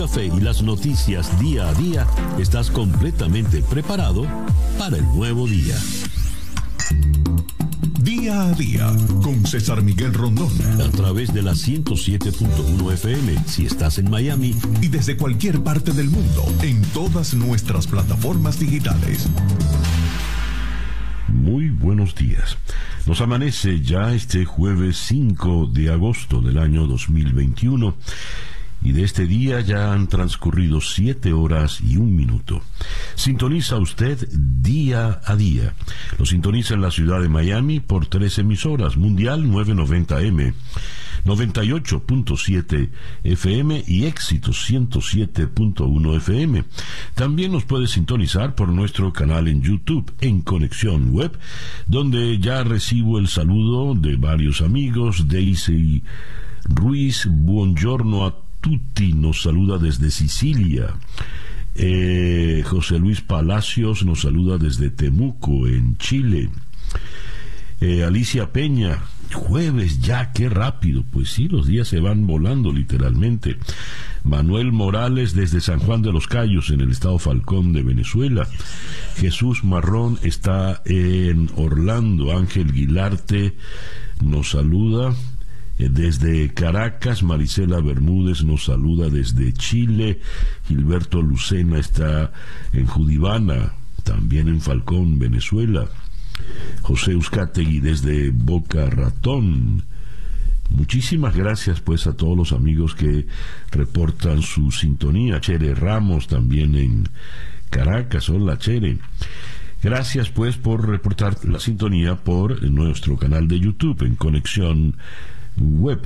café y las noticias día a día, estás completamente preparado para el nuevo día. Día a día con César Miguel Rondón. A través de la 107.1 FM si estás en Miami. Y desde cualquier parte del mundo en todas nuestras plataformas digitales. Muy buenos días. Nos amanece ya este jueves 5 de agosto del año 2021. Y de este día ya han transcurrido 7 horas y 1 minuto. Sintoniza usted día a día. Lo sintoniza en la ciudad de Miami por 3 emisoras. Mundial 990M, 98.7 FM y Éxitos 107.1 FM. También nos puede sintonizar por nuestro canal en YouTube, en Conexión Web, donde ya recibo el saludo de varios amigos. Daisy Ruiz, buongiorno a tutti, nos saluda desde Sicilia. José Luis Palacios nos saluda desde Temuco, en Chile. Alicia Peña, jueves ya, qué rápido. Pues sí, los días se van volando literalmente. Manuel Morales desde San Juan de los Cayos, en el estado Falcón de Venezuela. Jesús Marrón está en Orlando. Ángel Guilarte nos saluda desde Caracas. Marisela Bermúdez nos saluda desde Chile. Gilberto Lucena está en Judibana, también en Falcón, Venezuela. José Uzcategui desde Boca Ratón. Muchísimas gracias pues a todos los amigos que reportan su sintonía. Chere Ramos también en Caracas. Hola, Chere. Gracias pues por reportar la sintonía por nuestro canal de YouTube en Conexión Web.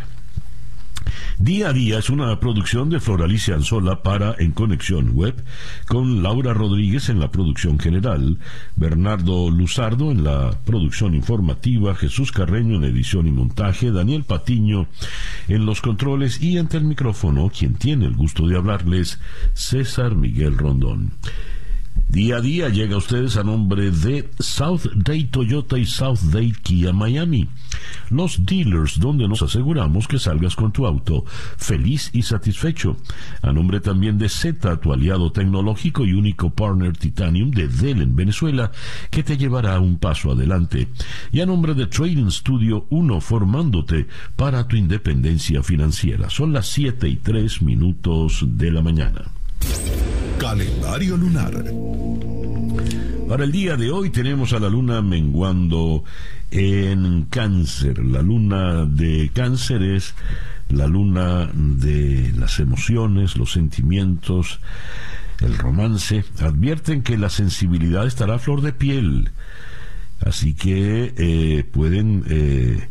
Día a día es una producción de Floralicia Anzola para En Conexión Web, con Laura Rodríguez en la producción general, Bernardo Luzardo en la producción informativa, Jesús Carreño en edición y montaje, Daniel Patiño en los controles y ante el micrófono, quien tiene el gusto de hablarles, César Miguel Rondón. Día a día llega a ustedes a nombre de South Day Toyota y South Day Kia Miami, los dealers donde nos aseguramos que salgas con tu auto feliz y satisfecho. A nombre también de Z, tu aliado tecnológico y único partner Titanium de Dell en Venezuela, que te llevará un paso adelante. Y a nombre de Trading Studio 1, formándote para tu independencia financiera. Son las 7:03 de la mañana. Calendario lunar. Para el día de hoy tenemos a la luna menguando en Cáncer. La luna de Cáncer es la luna de las emociones, los sentimientos, el romance. Advierten que la sensibilidad estará a flor de piel, así que puede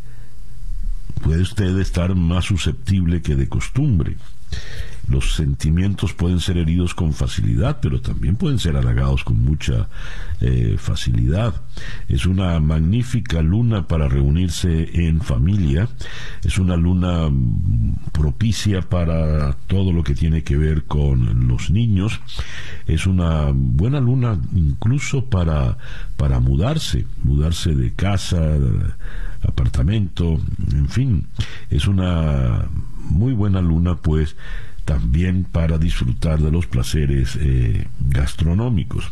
usted estar más susceptible que de costumbre. Los sentimientos pueden ser heridos con facilidad, pero también pueden ser halagados con mucha facilidad. Es una magnífica luna para reunirse en familia. Es una luna propicia para todo lo que tiene que ver con los niños. Es una buena luna incluso para mudarse de casa, apartamento, en fin. Es una muy buena luna pues también para disfrutar de los placeres gastronómicos.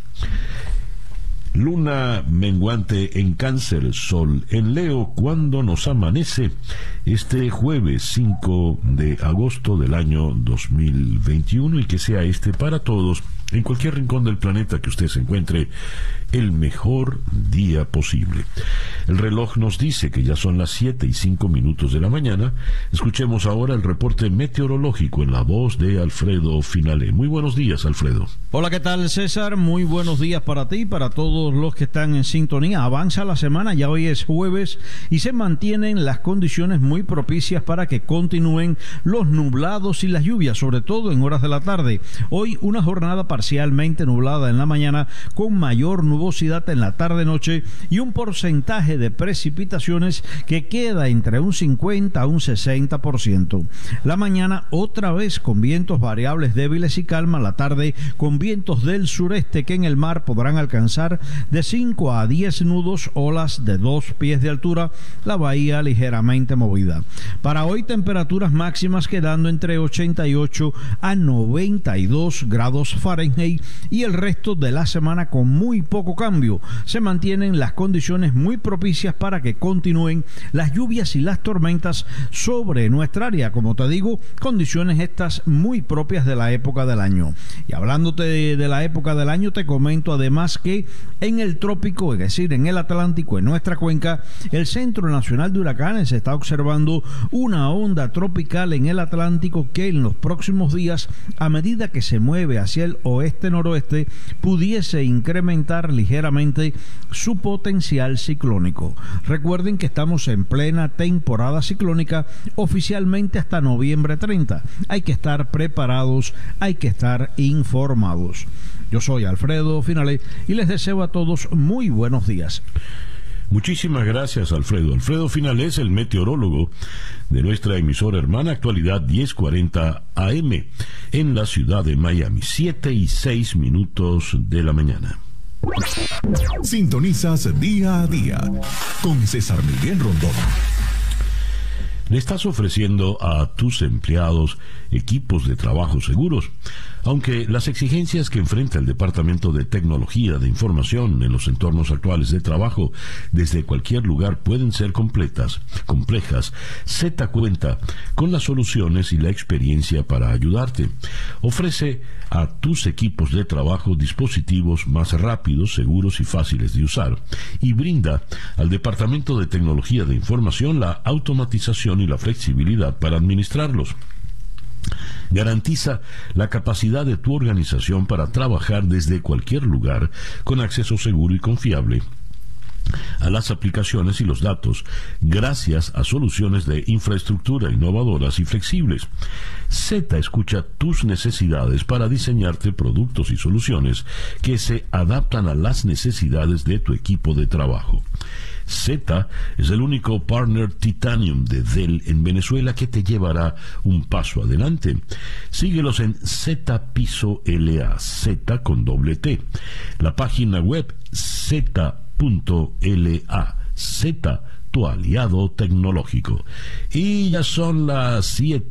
Luna menguante en Cáncer, Sol en Leo, cuando nos amanece este jueves 5 de agosto del año 2021, y que sea para todos, en cualquier rincón del planeta que usted se encuentre, el mejor día posible. El reloj nos dice que ya son las 7:05 de la mañana. Escuchemos ahora el reporte meteorológico en la voz de Alfredo Finale. Muy buenos días, Alfredo. Hola, ¿qué tal, César? Muy buenos días para ti y para todos los que están en sintonía. Avanza la semana, ya hoy es jueves y se mantienen las condiciones muy propicias para que continúen los nublados y las lluvias, sobre todo en horas de la tarde. Hoy una jornada parcialmente nublada en la mañana, con mayor nubosidad en la tarde-noche y un porcentaje de precipitaciones que queda entre un 50 a un 60%. La mañana otra vez con vientos variables débiles y calma. La tarde con vientos del sureste que en el mar podrán alcanzar de 5 a 10 nudos, olas de 2 pies de altura, la bahía ligeramente movida. Para hoy, temperaturas máximas quedando entre 88 a 92 grados Fahrenheit y el resto de la semana con muy poco cambio. Se mantienen las condiciones muy propicias para que continúen las lluvias y las tormentas sobre nuestra área. Como te digo, condiciones estas muy propias de la época del año. Y hablándote de la época del año, te comento además que en el trópico, es decir, en el Atlántico, en nuestra cuenca, el Centro Nacional de Huracanes está observando una onda tropical en el Atlántico que en los próximos días, a medida que se mueve hacia el oeste-noroeste, pudiese incrementar ligeramente su potencial ciclónico. Recuerden que estamos en plena temporada ciclónica, oficialmente hasta noviembre 30. Hay que estar preparados, hay que estar informados. Yo soy Alfredo Finale y les deseo a todos muy buenos días. Muchísimas gracias, Alfredo. Alfredo Finale es el meteorólogo de nuestra emisora hermana Actualidad 1040 AM en la ciudad de Miami. 7:06 de la mañana. Sintonizas Día a Día con César Miguel Rondón. Le estás ofreciendo a tus empleados equipos de trabajo seguros. Aunque las exigencias que enfrenta el Departamento de Tecnología de Información en los entornos actuales de trabajo desde cualquier lugar pueden ser complejas, Z cuenta con las soluciones y la experiencia para ayudarte. Ofrece a tus equipos de trabajo dispositivos más rápidos, seguros y fáciles de usar, y brinda al Departamento de Tecnología de Información la automatización y la flexibilidad para administrarlos. Garantiza la capacidad de tu organización para trabajar desde cualquier lugar con acceso seguro y confiable a las aplicaciones y los datos, gracias a soluciones de infraestructura innovadoras y flexibles. Z escucha tus necesidades para diseñarte productos y soluciones que se adaptan a las necesidades de tu equipo de trabajo. Z es el único partner Titanium de Dell en Venezuela que te llevará un paso adelante. Síguelos en Z Piso LA, Z con doble T. La página web Z.la, Z, tu aliado tecnológico. Y ya son las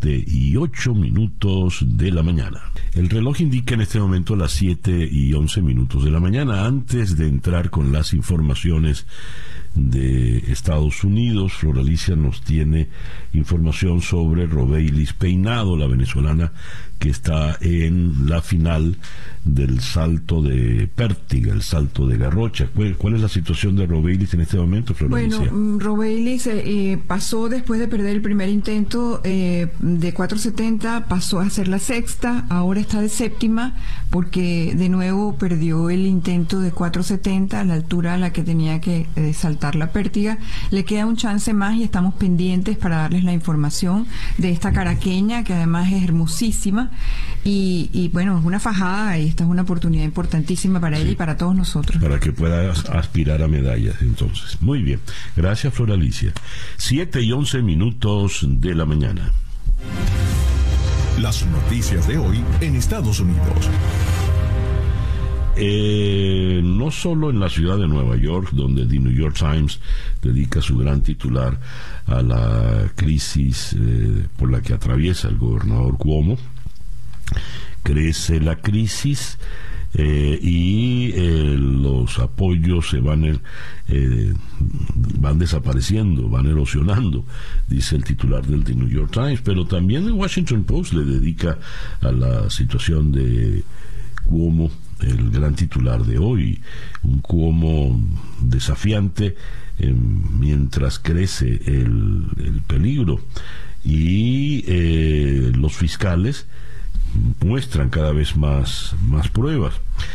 7:08 de la mañana. El reloj indica en este momento las 7:11 de la mañana. Antes de entrar con las informaciones de Estados Unidos, Floralicia nos tiene información sobre Robeylis Peinado, la venezolana que está en la final del salto de Pértiga, el salto de Garrocha. ¿Cuál es la situación de Robeylis en este momento, Floralicia? Bueno, Robeylis pasó después de perder el primer intento de 4.70, pasó a ser la sexta, ahora está de séptima, porque de nuevo perdió el intento de 4.70 a la altura a la que tenía que saltar la Pértiga. Le queda un chance más y estamos pendientes para darles la información de esta caraqueña, que además es hermosísima. Y bueno, es una fajada y esta es una oportunidad importantísima para ella y para todos nosotros. Para que pueda aspirar a medallas, entonces. Muy bien. Gracias, Floralicia. 7:11 de la mañana. Las noticias de hoy en Estados Unidos. No solo en la ciudad de Nueva York, donde The New York Times dedica su gran titular a la crisis por la que atraviesa el gobernador Cuomo. Crece la crisis y los apoyos se van desapareciendo, van erosionando, dice el titular del The New York Times, pero también el Washington Post le dedica a la situación de Cuomo el gran titular de hoy, un Cuomo desafiante mientras crece el peligro, y los fiscales muestran cada vez más pruebas.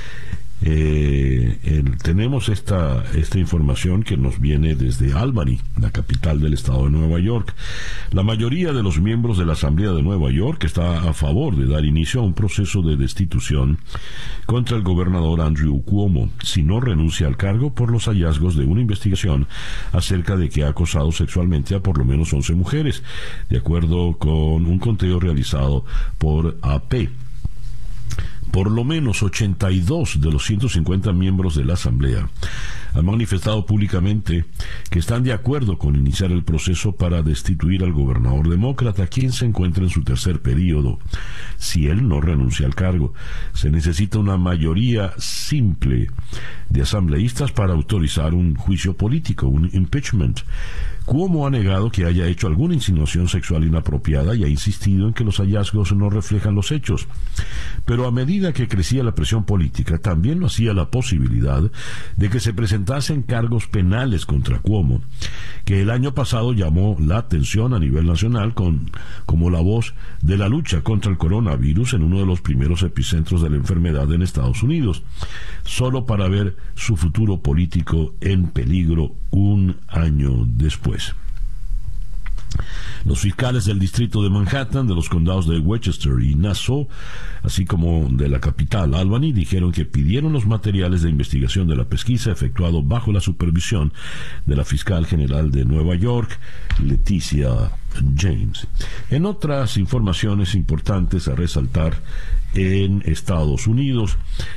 Tenemos esta información que nos viene desde Albany, la capital del estado de Nueva York. La mayoría de los miembros de la Asamblea de Nueva York está a favor de dar inicio a un proceso de destitución contra el gobernador Andrew Cuomo si no renuncia al cargo por los hallazgos de una investigación acerca de que ha acosado sexualmente a por lo menos 11 mujeres, de acuerdo con un conteo realizado por AP. Por lo menos 82 de los 150 miembros de la Asamblea han manifestado públicamente que están de acuerdo con iniciar el proceso para destituir al gobernador demócrata, quien se encuentra en su tercer periodo, si él no renuncia al cargo. Se necesita una mayoría simple de asambleístas para autorizar un juicio político, un impeachment. Cuomo ha negado que haya hecho alguna insinuación sexual inapropiada y ha insistido en que los hallazgos no reflejan los hechos. Pero a medida que crecía la presión política, también lo hacía la posibilidad de que se presentasen cargos penales contra Cuomo, que el año pasado llamó la atención a nivel nacional como la voz de la lucha contra el coronavirus en uno de los primeros epicentros de la enfermedad en Estados Unidos, solo para ver su futuro político en peligro un año después. Los fiscales del distrito de Manhattan, de los condados de Westchester y Nassau, así como de la capital, Albany, dijeron que pidieron los materiales de investigación de la pesquisa efectuado bajo la supervisión de la fiscal general de Nueva York, Leticia James. En otras informaciones importantes a resaltar en Estados Unidos,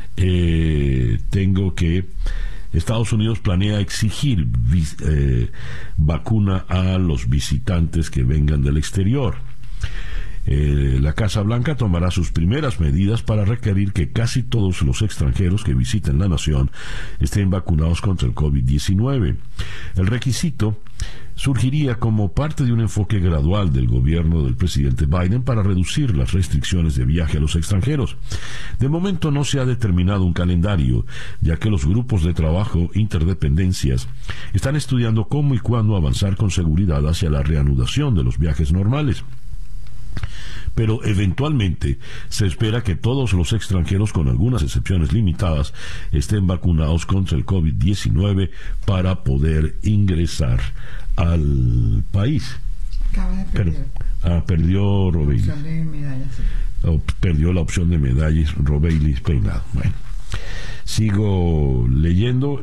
tengo que Estados Unidos planea exigir vacuna a los visitantes que vengan del exterior. La Casa Blanca tomará sus primeras medidas para requerir que casi todos los extranjeros que visiten la nación estén vacunados contra el COVID-19. El requisito surgiría como parte de un enfoque gradual del gobierno del presidente Biden para reducir las restricciones de viaje a los extranjeros. De momento no se ha determinado un calendario, ya que los grupos de trabajo interdependencias están estudiando cómo y cuándo avanzar con seguridad hacia la reanudación de los viajes normales. Pero eventualmente se espera que todos los extranjeros, con algunas excepciones limitadas, estén vacunados contra el COVID-19 para poder ingresar al país. Acaba de perder. Perdió Robeylis. Perdió la opción de medallas, Robeylis peinado. Bueno, sigo leyendo.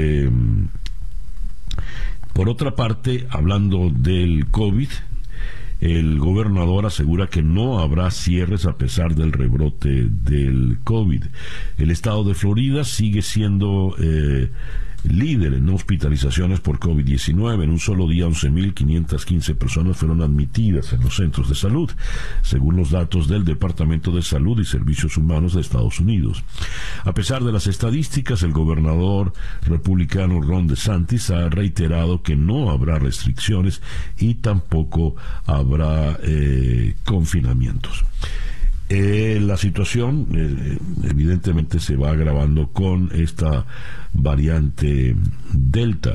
Por otra parte, hablando del COVID, el gobernador asegura que no habrá cierres a pesar del rebrote del COVID. El estado de Florida sigue siendo líder en hospitalizaciones por COVID-19. En un solo día, 11.515 personas fueron admitidas en los centros de salud, según los datos del Departamento de Salud y Servicios Humanos de Estados Unidos. A pesar de las estadísticas, el gobernador republicano Ron DeSantis ha reiterado que no habrá restricciones y tampoco habrá confinamientos. La situación evidentemente se va agravando con esta variante Delta.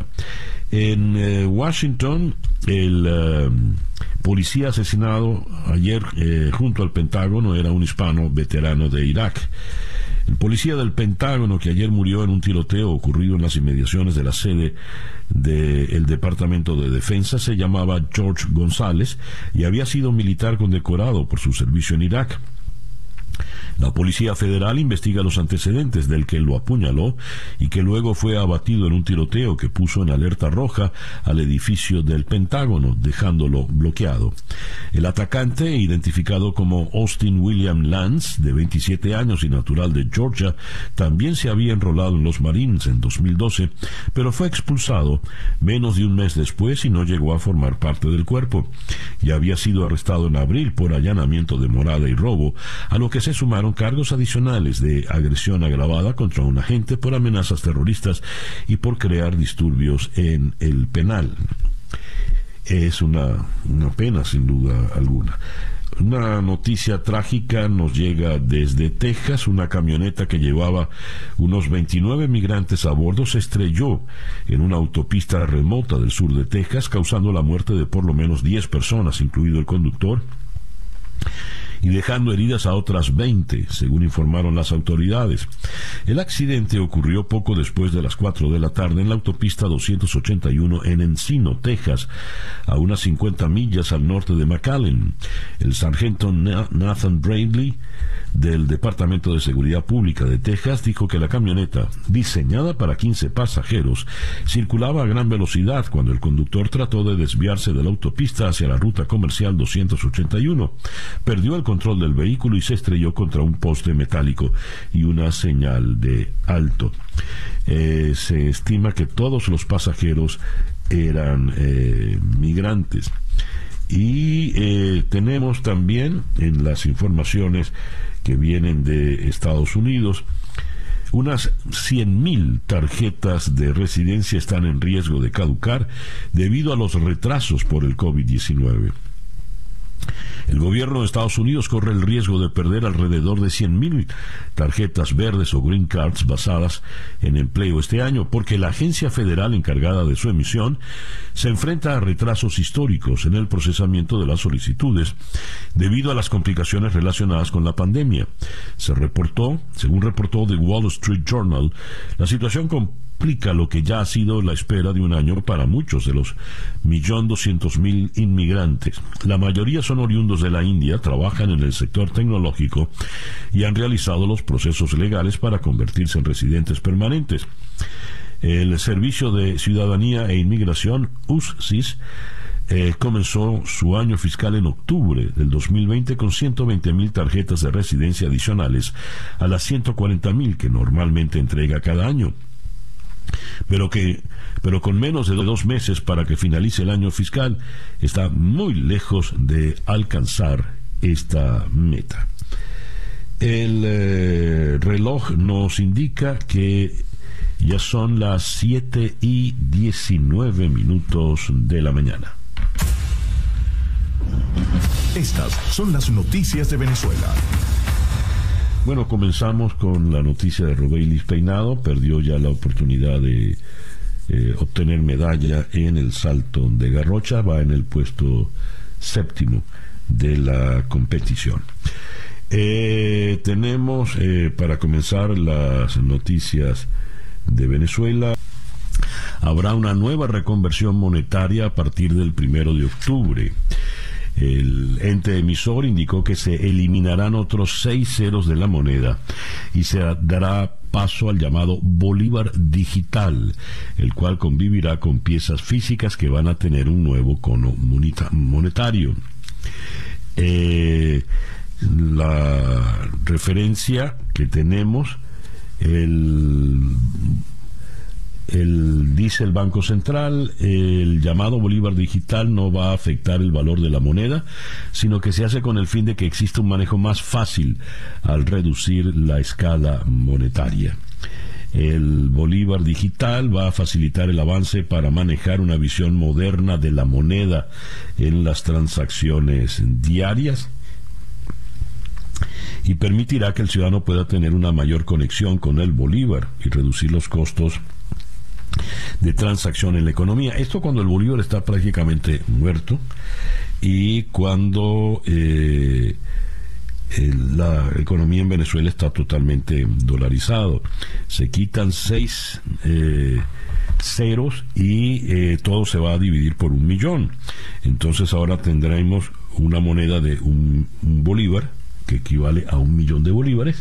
En Washington, el policía asesinado ayer junto al Pentágono era un hispano veterano de Irak. El policía del Pentágono que ayer murió en un tiroteo ocurrido en las inmediaciones de la sede del Departamento de Defensa se llamaba George González y había sido militar condecorado por su servicio en Irak. La Policía Federal investiga los antecedentes del que lo apuñaló y que luego fue abatido en un tiroteo que puso en alerta roja al edificio del Pentágono, dejándolo bloqueado. El atacante, identificado como Austin William Lance, de 27 años y natural de Georgia, también se había enrolado en los Marines en 2012, pero fue expulsado menos de un mes después y no llegó a formar parte del cuerpo. Y había sido arrestado en abril por allanamiento de morada y robo, a lo que se sumaron cargos adicionales de agresión agravada contra un agente por amenazas terroristas y por crear disturbios en el penal. Es una pena, sin duda alguna. Una noticia trágica nos llega desde Texas. Una camioneta que llevaba unos 29 migrantes a bordo se estrelló en una autopista remota del sur de Texas, causando la muerte de por lo menos 10 personas, incluido el conductor, y dejando heridas a otras 20, según informaron las autoridades. El accidente ocurrió poco después de las 4 de la tarde en la autopista 281 en Encino, Texas, a unas 50 millas al norte de McAllen. El sargento Nathan Bradley, del Departamento de Seguridad Pública de Texas, dijo que la camioneta, diseñada para 15 pasajeros, circulaba a gran velocidad cuando el conductor trató de desviarse de la autopista hacia la ruta comercial 281. Perdió el control del vehículo y se estrelló contra un poste metálico y una señal de alto. Se estima que todos los pasajeros eran migrantes. Y tenemos también en las informaciones que vienen de Estados Unidos, unas 100.000 tarjetas de residencia están en riesgo de caducar debido a los retrasos por el COVID-19. El gobierno de Estados Unidos corre el riesgo de perder alrededor de 100.000 tarjetas verdes o green cards basadas en empleo este año, porque la agencia federal encargada de su emisión se enfrenta a retrasos históricos en el procesamiento de las solicitudes debido a las complicaciones relacionadas con la pandemia. Según reportó The Wall Street Journal, la situación complica lo que ya ha sido la espera de un año para muchos de los 1.200.000 inmigrantes. La mayoría son oriundos de la India, trabajan en el sector tecnológico y han realizado los procesos legales para convertirse en residentes permanentes. El Servicio de Ciudadanía e Inmigración, USCIS, comenzó su año fiscal en octubre del 2020 con 120.000 tarjetas de residencia adicionales a las 140.000 que normalmente entrega cada año. Pero con menos de 2 meses para que finalice el año fiscal, está muy lejos de alcanzar esta meta. El reloj nos indica que ya son las 7:19 de la mañana. Estas son las noticias de Venezuela. Bueno, comenzamos con la noticia de Robeylis Peinado. Perdió ya la oportunidad de obtener medalla en el salto de garrocha. Va en el puesto 7º de la competición. Tenemos para comenzar las noticias de Venezuela. Habrá una nueva reconversión monetaria a partir del 1 de octubre. El ente emisor indicó que se eliminarán otros 6 ceros de la moneda y se dará paso al llamado Bolívar digital, el cual convivirá con piezas físicas que van a tener un nuevo cono monetario. La referencia que tenemos, dice el Banco Central, el llamado Bolívar digital no va a afectar el valor de la moneda, sino que se hace con el fin de que exista un manejo más fácil al reducir la escala monetaria. El Bolívar digital va a facilitar el avance para manejar una visión moderna de la moneda en las transacciones diarias y permitirá que el ciudadano pueda tener una mayor conexión con el bolívar y reducir los costos de transacción en la economía. Esto cuando el bolívar está prácticamente muerto y cuando la economía en Venezuela está totalmente dolarizado. Se quitan 6 ceros y todo se va a dividir por 1.000.000. Entonces ahora tendremos una moneda de un bolívar que equivale a 1.000.000 de bolívares,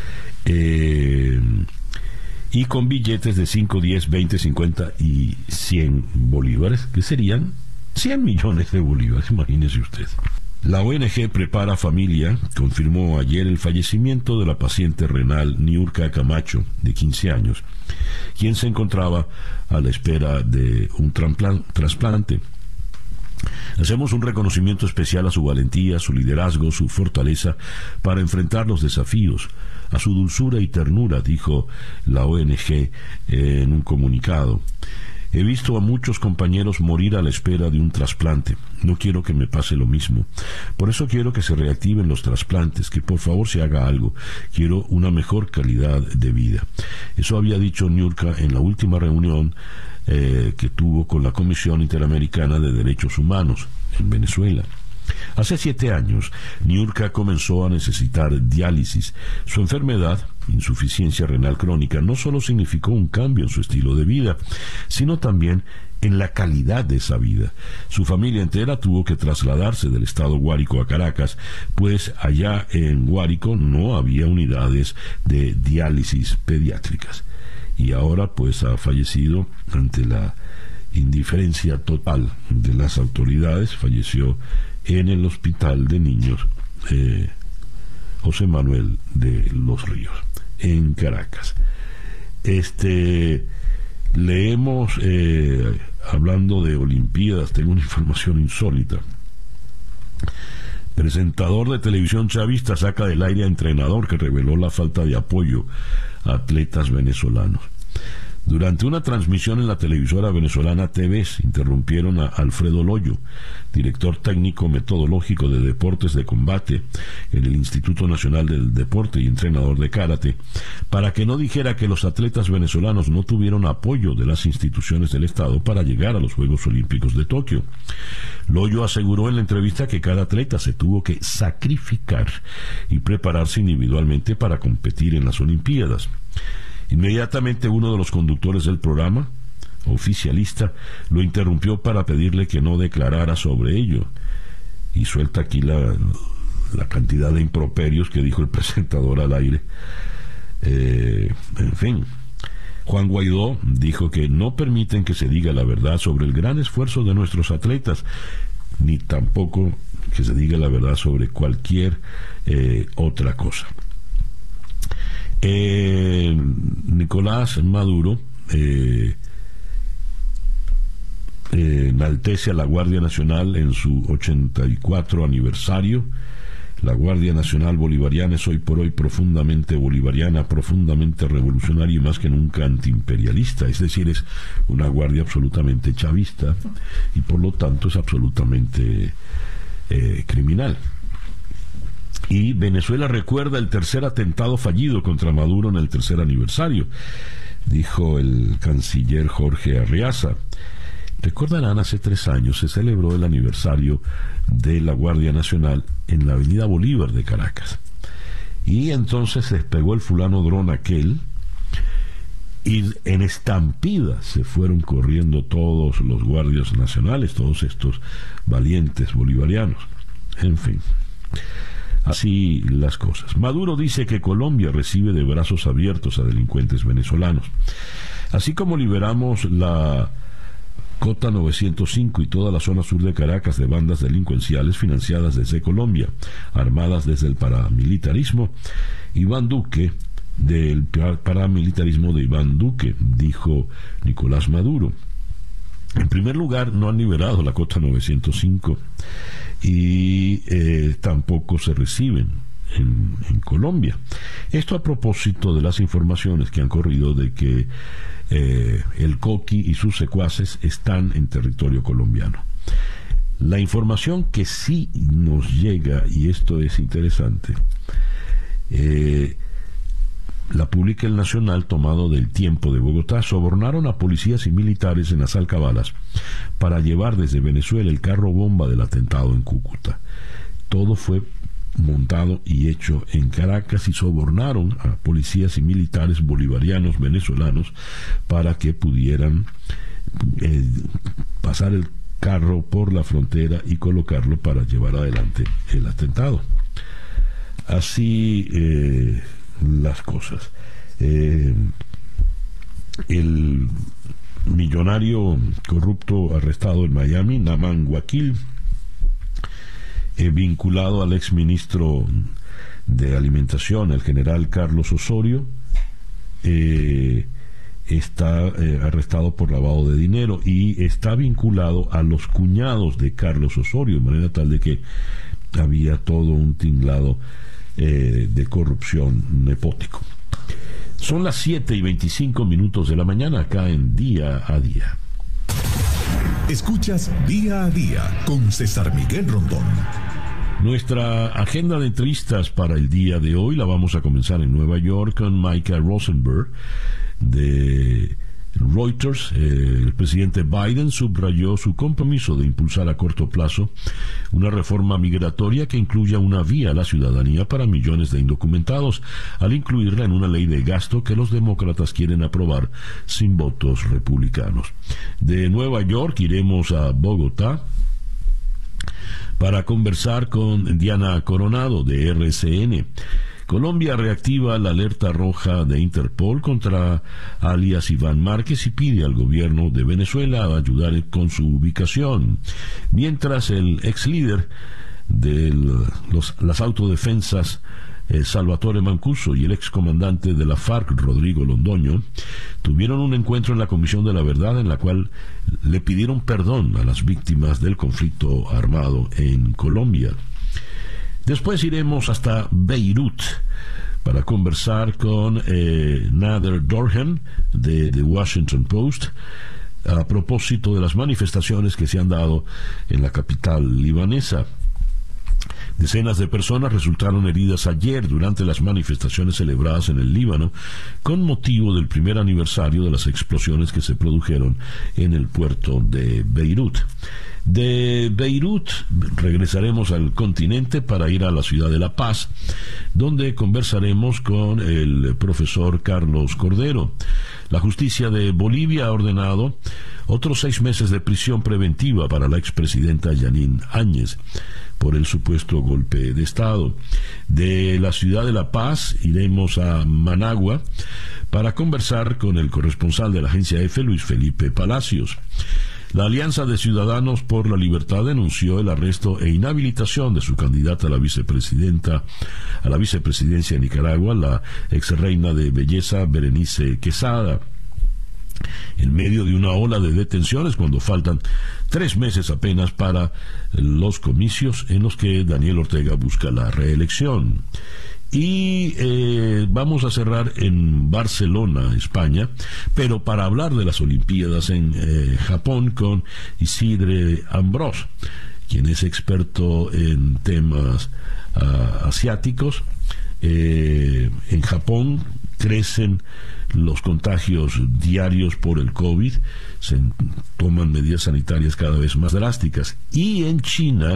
y con billetes de 5, 10, 20, 50 y 100 bolívares, que serían 100 millones de bolívares, imagínese usted. La ONG Prepara Familia confirmó ayer el fallecimiento de la paciente renal Niurka Camacho, de 15 años, quien se encontraba a la espera de un trasplante. Hacemos un reconocimiento especial a su valentía, su liderazgo, su fortaleza para enfrentar los desafíos, a su dulzura y ternura, dijo la ONG en un comunicado. He visto a muchos compañeros morir a la espera de un trasplante. No quiero que me pase lo mismo. Por eso quiero que se reactiven los trasplantes, que por favor se haga algo. Quiero una mejor calidad de vida. Eso había dicho Niurka en la última reunión que tuvo con la Comisión Interamericana de Derechos Humanos en Venezuela. Hace 7 años, Niurka comenzó a necesitar diálisis. Su enfermedad, insuficiencia renal crónica, no solo significó un cambio en su estilo de vida, sino también en la calidad de esa vida. Su familia entera tuvo que trasladarse del estado Guárico a Caracas, pues allá en Guárico no había unidades de diálisis pediátricas. Y ahora pues ha fallecido ante la indiferencia total de las autoridades. Falleció en el hospital de niños José Manuel de los Ríos, en Caracas. Leemos, hablando de Olimpiadas, tengo una información insólita. Presentador de televisión chavista saca del aire a entrenador que reveló la falta de apoyo a atletas venezolanos. Durante una transmisión en la televisora venezolana TVS, interrumpieron a Alfredo Loyo, director técnico metodológico de deportes de combate en el Instituto Nacional del Deporte y entrenador de karate, para que no dijera que los atletas venezolanos no tuvieron apoyo de las instituciones del Estado para llegar a los Juegos Olímpicos de Tokio. Loyo aseguró en la entrevista que cada atleta se tuvo que sacrificar y prepararse individualmente para competir en las Olimpiadas. Inmediatamente uno de los conductores del programa, oficialista, lo interrumpió para pedirle que no declarara sobre ello. Y suelta aquí la cantidad de improperios que dijo el presentador al aire. En fin, Juan Guaidó dijo que no permiten que se diga la verdad sobre el gran esfuerzo de nuestros atletas, ni tampoco que se diga la verdad sobre cualquier otra cosa. Nicolás Maduro enaltece a la Guardia Nacional en su 84 aniversario. La Guardia Nacional Bolivariana es hoy por hoy profundamente bolivariana, profundamente revolucionaria y más que nunca antiimperialista, es decir, es una guardia absolutamente chavista y por lo tanto es absolutamente criminal. Y Venezuela recuerda el tercer atentado fallido contra Maduro en el tercer aniversario, dijo el canciller Jorge Arriaza. Recordarán, hace 3 años se celebró el aniversario de la Guardia Nacional en la avenida Bolívar de Caracas. Y entonces se despegó el fulano dron aquel, y en estampida se fueron corriendo todos los guardias nacionales, todos estos valientes bolivarianos. En fin, así las cosas. Maduro dice que Colombia recibe de brazos abiertos a delincuentes venezolanos. Así como liberamos la Cota 905 y toda la zona sur de Caracas de bandas delincuenciales financiadas desde Colombia, armadas desde el paramilitarismo, Iván Duque, del paramilitarismo de Iván Duque, dijo Nicolás Maduro. En primer lugar, no han liberado la Cota 905 y tampoco se reciben en Colombia. Esto a propósito de las informaciones que han corrido de que el Coqui y sus secuaces están en territorio colombiano. La información que sí nos llega, y esto es interesante, la publica el Nacional tomado del Tiempo de Bogotá. Sobornaron a policías y militares en las alcabalas para llevar desde Venezuela el carro bomba del atentado en Cúcuta. Todo fue montado y hecho en Caracas, y sobornaron a policías y militares bolivarianos venezolanos para que pudieran pasar el carro por la frontera y colocarlo para llevar adelante el atentado. Así las cosas. El millonario corrupto arrestado en Miami, Naman Wakil, vinculado al exministro de Alimentación, el general Carlos Osorio, está arrestado por lavado de dinero y está vinculado a los cuñados de Carlos Osorio, de manera tal de que había todo un tinglado de corrupción nepótico. Son las 7:25 de la mañana acá en Día a Día. Escuchas Día a Día con César Miguel Rondón. Nuestra agenda de entrevistas para el día de hoy la vamos a comenzar en Nueva York con Micah Rosenberg de Reuters. El presidente Biden subrayó su compromiso de impulsar a corto plazo una reforma migratoria que incluya una vía a la ciudadanía para millones de indocumentados, al incluirla en una ley de gasto que los demócratas quieren aprobar sin votos republicanos. De Nueva York iremos a Bogotá para conversar con Diana Coronado de RCN. Colombia reactiva la alerta roja de Interpol contra alias Iván Márquez y pide al gobierno de Venezuela ayudar con su ubicación. Mientras el ex líder las autodefensas Salvatore Mancuso y el excomandante de la FARC, Rodrigo Londoño, tuvieron un encuentro en la Comisión de la Verdad en la cual le pidieron perdón a las víctimas del conflicto armado en Colombia. Después iremos hasta Beirut para conversar con Nader Dorhan de The Washington Post a propósito de las manifestaciones que se han dado en la capital libanesa. Decenas de personas resultaron heridas ayer durante las manifestaciones celebradas en el Líbano con motivo del primer aniversario de las explosiones que se produjeron en el puerto de Beirut. De Beirut regresaremos al continente para ir a la ciudad de La Paz, donde conversaremos con el profesor Carlos Cordero. La justicia de Bolivia ha ordenado otros 6 meses de prisión preventiva para la expresidenta Yanine Áñez por el supuesto golpe de Estado. De la ciudad de La Paz iremos a Managua para conversar con el corresponsal de la agencia EFE, Luis Felipe Palacios. La Alianza de Ciudadanos por la Libertad denunció el arresto e inhabilitación de su candidata a la vicepresidencia de Nicaragua, la exreina de belleza Berenice Quesada, en medio de una ola de detenciones cuando faltan 3 meses apenas para los comicios en los que Daniel Ortega busca la reelección. Y vamos a cerrar en Barcelona, España, pero para hablar de las Olimpiadas en Japón con Isidre Ambrós, quien es experto en temas asiáticos. En Japón crecen los contagios diarios por el COVID, se toman medidas sanitarias cada vez más drásticas, y en China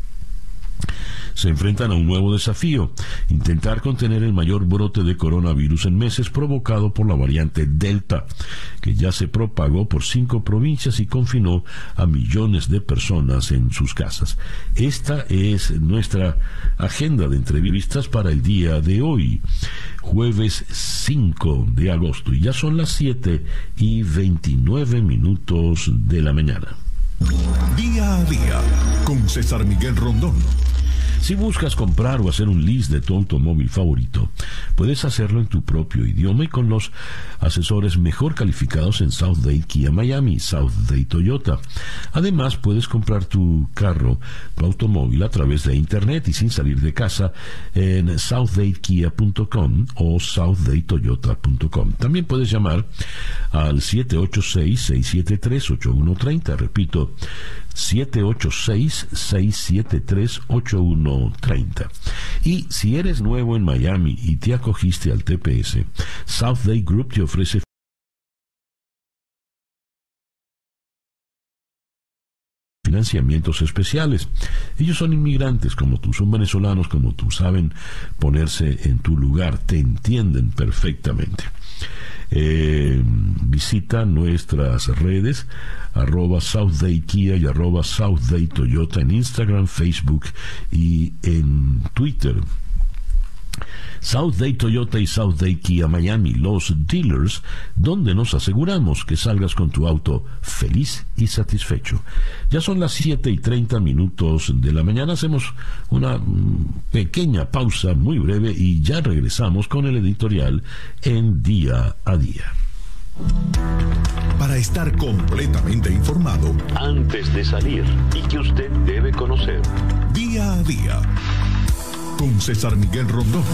se enfrentan a un nuevo desafío: intentar contener el mayor brote de coronavirus en meses provocado por la variante Delta, que ya se propagó por 5 provincias y confinó a millones de personas en sus casas. Esta es nuestra agenda de entrevistas para el día de hoy, jueves 5 de agosto, y ya son las 7:29 de la mañana. Día a día con César Miguel Rondón. Si buscas comprar o hacer un lease de tu automóvil favorito, puedes hacerlo en tu propio idioma y con los asesores mejor calificados en South Dade Kia Miami, South Dade Toyota. Además, puedes comprar tu automóvil a través de internet y sin salir de casa en southdadekea.com o southdadetoyota.com. También puedes llamar al 786-673-8130. Repito, 786-673-8130. Y si eres nuevo en Miami y te acogiste al TPS, South Dade Group te ofrece financiamientos especiales. Ellos son inmigrantes como tú, son venezolanos como tú, saben ponerse en tu lugar, te entienden perfectamente. Visita nuestras redes @SouthDadeKia y @SouthDadeToyota en Instagram, Facebook y en Twitter. South Dade Toyota y South Dade Kia Miami, los dealers donde nos aseguramos que salgas con tu auto feliz y satisfecho. Ya son las 7:30 de la mañana. Hacemos una pequeña pausa muy breve y ya regresamos con el editorial en Día a Día. Para estar completamente informado Antes de salir y que usted debe conocer. Día a Día con César Miguel Rondón.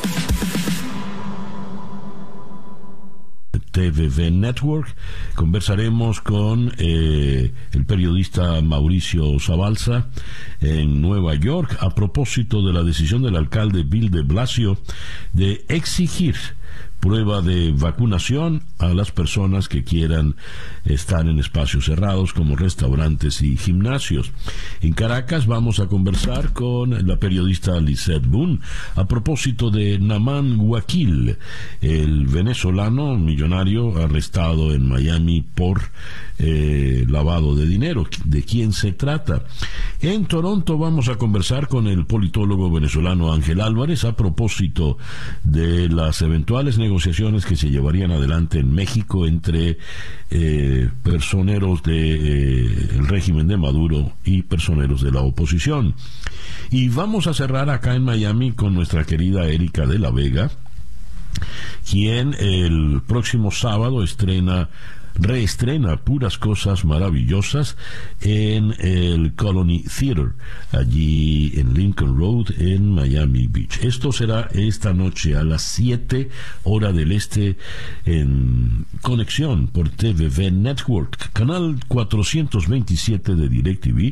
TVV Network. Conversaremos con el periodista Mauricio Zabalza en Nueva York a propósito de la decisión del alcalde Bill de Blasio de exigir prueba de vacunación a las personas que quieran estar en espacios cerrados como restaurantes y gimnasios. En Caracas vamos a conversar con la periodista Lisette Boone a propósito de Naman Wakil, el venezolano millonario arrestado en Miami por lavado de dinero. ¿De quién se trata? En Toronto vamos a conversar con el politólogo venezolano Ángel Álvarez a propósito de las eventuales negociaciones negociaciones que se llevarían adelante en México entre personeros del régimen de Maduro y personeros de la oposición. Y vamos a cerrar acá en Miami con nuestra querida Erika de la Vega, quien el próximo sábado reestrena Puras Cosas Maravillosas en el Colony Theater, allí en Lincoln Road, en Miami Beach. Esto será esta noche a las 7 hora del este, en conexión por TVV Network, canal 427 de DirecTV,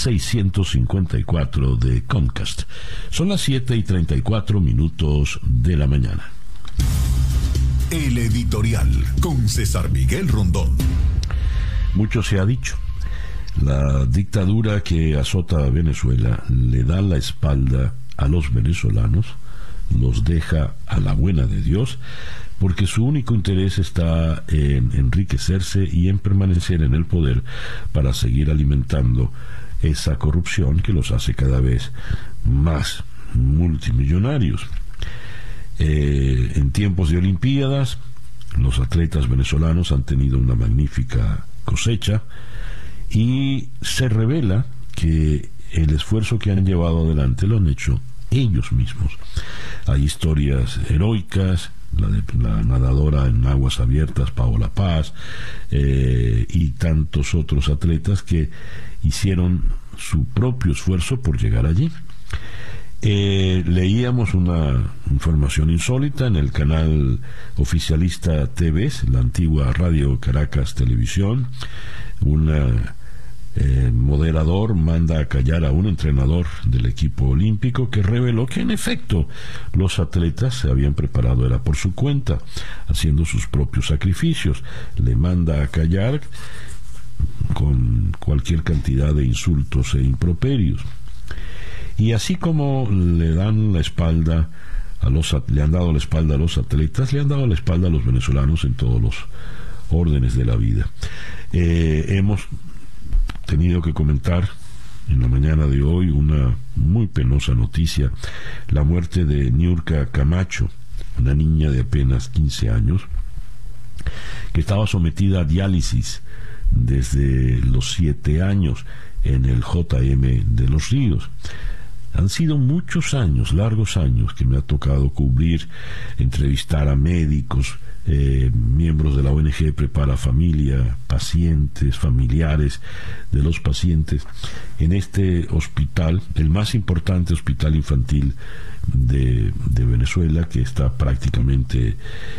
654 de Comcast. Son las 7:34 de la mañana. El editorial con César Miguel Rondón. Mucho se ha dicho. La dictadura que azota a Venezuela le da la espalda a los venezolanos, los deja a la buena de Dios, porque su único interés está en enriquecerse y en permanecer en el poder para seguir alimentando esa corrupción que los hace cada vez más multimillonarios. En tiempos de Olimpiadas, los atletas venezolanos han tenido una magnífica cosecha y se revela que el esfuerzo que han llevado adelante lo han hecho ellos mismos. Hay historias heroicas, la de la nadadora en aguas abiertas Paola Paz, y tantos otros atletas que hicieron su propio esfuerzo por llegar allí. Leíamos una información insólita en el canal oficialista TV, la antigua Radio Caracas Televisión. Un moderador manda a callar a un entrenador del equipo olímpico que reveló que en efecto los atletas se habían preparado, era por su cuenta, haciendo sus propios sacrificios. Le manda a callar con cualquier cantidad de insultos e improperios. Y así como le han dado la espalda a los atletas, le han dado la espalda a los venezolanos en todos los órdenes de la vida. Hemos tenido que comentar en la mañana de hoy una muy penosa noticia: la muerte de Niurka Camacho, una niña de apenas 15 años que estaba sometida a diálisis desde los 7 años en el JM de Los Ríos. Han sido muchos años, largos años, que me ha tocado cubrir, entrevistar a médicos, miembros de la ONG Prepara Familia, pacientes, familiares de los pacientes, en este hospital, el más importante hospital infantil de Venezuela, que está prácticamente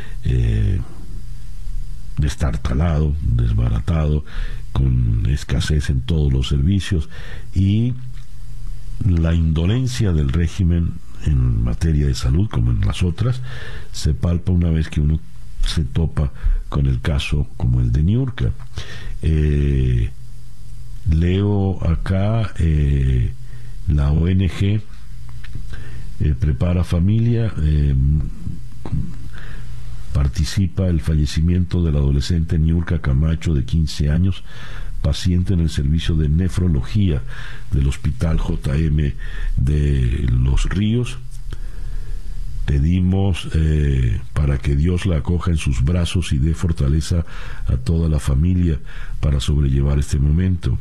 destartalado, desbaratado, con escasez en todos los servicios, y la indolencia del régimen en materia de salud, como en las otras, se palpa una vez que uno se topa con el caso como el de Niurka. Leo acá, la ONG Prepara Familia participa el fallecimiento del adolescente Niurka Camacho, de 15 años, paciente en el servicio de nefrología del Hospital JM de Los Ríos. Pedimos para que Dios la acoja en sus brazos y dé fortaleza a toda la familia para sobrellevar este momento.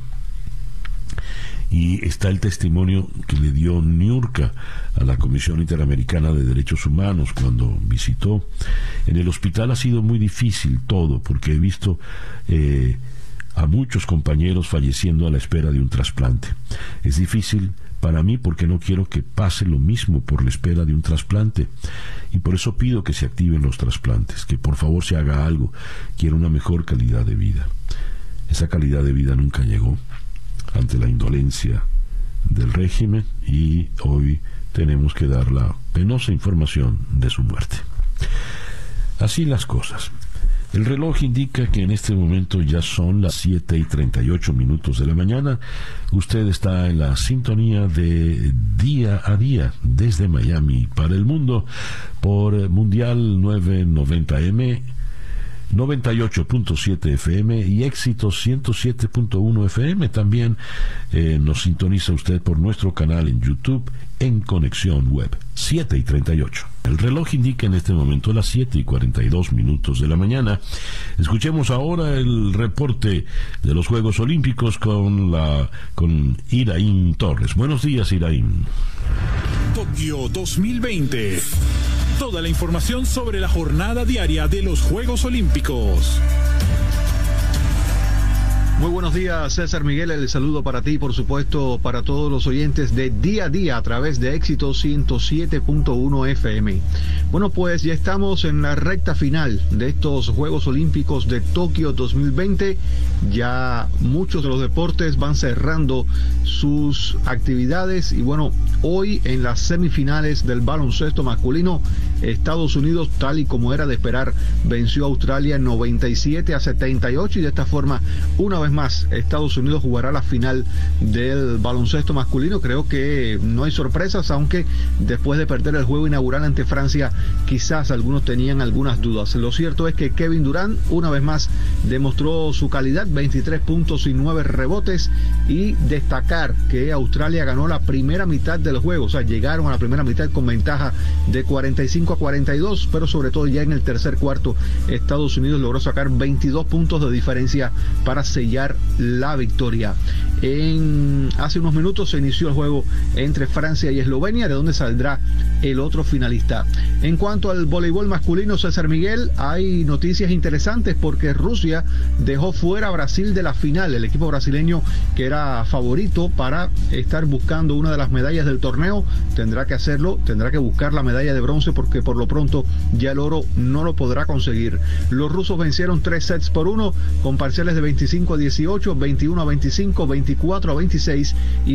Y está el testimonio que le dio Niurka a la Comisión Interamericana de Derechos Humanos cuando visitó. En el hospital ha sido muy difícil todo, porque he visto a muchos compañeros falleciendo a la espera de un trasplante. Es difícil para mí porque no quiero que pase lo mismo por la espera de un trasplante, y por eso pido que se activen los trasplantes, que por favor se haga algo. Quiero una mejor calidad de vida. Esa calidad de vida nunca llegó ante la indolencia del régimen, y hoy tenemos que dar la penosa información de su muerte. Así las cosas. El reloj indica que en este momento ya son las 7:38 de la mañana. Usted está en la sintonía de Día a Día desde Miami para el mundo por Mundial 990M, 98.7 FM y Éxitos 107.1 FM. También nos sintoniza usted por nuestro canal en YouTube en Conexión Web. 7:38. El reloj indica en este momento las 7:42 de la mañana. Escuchemos ahora el reporte de los Juegos Olímpicos con Iraín Torres. Buenos días, Iraín. Tokio 2020. Toda la información sobre la jornada diaria de los Juegos Olímpicos. Muy buenos días, César Miguel, el saludo para ti, por supuesto, para todos los oyentes de Día a Día a través de Éxitos 107.1 FM. Bueno, pues ya estamos en la recta final de estos Juegos Olímpicos de Tokio 2020. Ya muchos de los deportes van cerrando sus actividades y bueno, hoy en las semifinales del baloncesto masculino, Estados Unidos, tal y como era de esperar, venció a Australia 97-78 y de esta forma, una vez más, Estados Unidos jugará la final del baloncesto masculino. Creo que no hay sorpresas, aunque después de perder el juego inaugural ante Francia, quizás algunos tenían algunas dudas. Lo cierto es que Kevin Durant, una vez más, demostró su calidad, 23 puntos y 9 rebotes, y destacar que Australia ganó la primera mitad del juego, o sea, llegaron a la primera mitad con ventaja de 45-42, pero sobre todo ya en el tercer cuarto, Estados Unidos logró sacar 22 puntos de diferencia para sellar la victoria. Hace unos minutos se inició el juego entre Francia y Eslovenia, de donde saldrá el otro finalista. En cuanto al voleibol masculino, César Miguel, hay noticias interesantes porque Rusia dejó fuera a Brasil de la final. El equipo brasileño, que era favorito para estar buscando una de las medallas del torneo, tendrá que hacerlo, tendrá que buscar la medalla de bronce porque por lo pronto ya el oro no lo podrá conseguir. Los rusos vencieron 3-1 con parciales de 25-18, 21-25, 24-26 y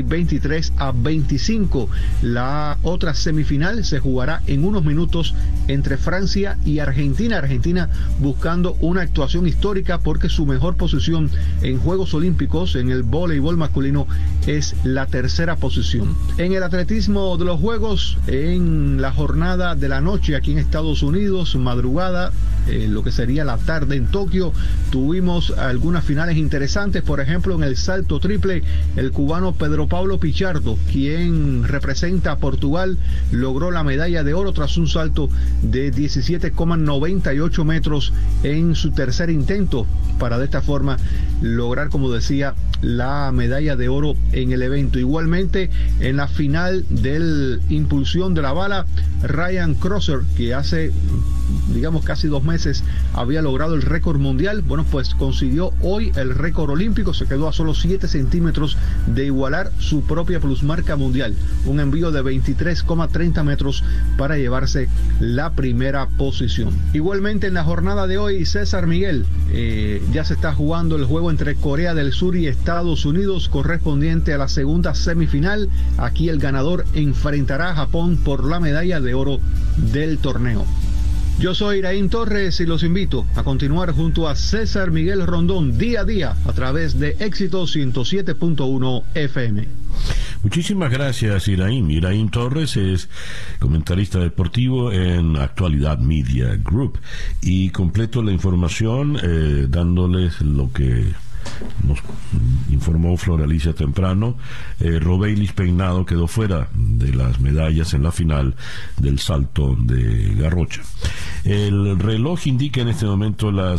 23-25. La otra semifinal se jugará en unos minutos entre Francia y Argentina. Argentina buscando una actuación histórica porque su mejor posición en Juegos Olímpicos en el voleibol masculino es la tercera posición. En el atletismo de los Juegos, en la jornada de la noche aquí en Estados Unidos, madrugada, lo que sería la tarde en Tokio, tuvimos algunas finales interesantes. Por ejemplo, en el salto triple, el cubano Pedro Pablo Pichardo, quien representa a Portugal, logró la medalla de oro tras un salto de 17,98 metros en su tercer intento, para de esta forma lograr, como decía, la medalla de oro en el evento. Igualmente, en la final del impulsión de la bala, Ryan Crosser, que hace, digamos, casi 2 meses había logrado el récord mundial, bueno, pues consiguió hoy el récord olímpico, se quedó a solo 7 centímetros de igualar su propia plusmarca mundial, un envío de 23,30 metros para llevarse la primera posición. Igualmente, en la jornada de hoy, César Miguel, ya se está jugando el juego entre Corea del Sur y Estados Unidos correspondiente a la segunda semifinal. Aquí el ganador enfrentará a Japón por la medalla de oro del torneo. Yo soy Iraín Torres y los invito a continuar junto a César Miguel Rondón día a día a través de Éxitos 107.1 FM. Muchísimas gracias, Iraín. Iraín Torres es comentarista deportivo en Actualidad Media Group. Y completo la información dándoles lo que nos informó Flor Alicia temprano. Robeylis Peinado quedó fuera de las medallas en la final del salto de garrocha. El reloj indica en este momento las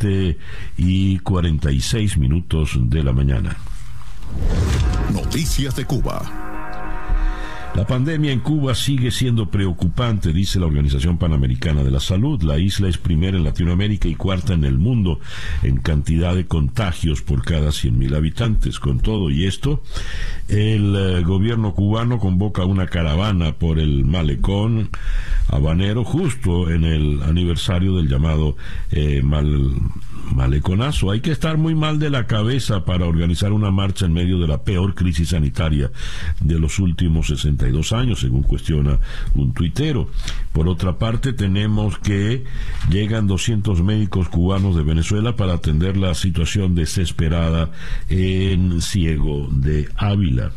7:46 de la mañana. Noticias de Cuba. La pandemia en Cuba sigue siendo preocupante, dice la Organización Panamericana de la Salud. La isla es primera en Latinoamérica y cuarta en el mundo en cantidad de contagios por cada 100.000 habitantes. Con todo y esto, el gobierno cubano convoca una caravana por el malecón habanero justo en el aniversario del llamado maleconazo. Hay que estar muy mal de la cabeza para organizar una marcha en medio de la peor crisis sanitaria de los últimos 62 años, según cuestiona un tuitero. Por otra parte, tenemos que llegan 200 médicos cubanos de Venezuela para atender la situación desesperada en Ciego de Ávila.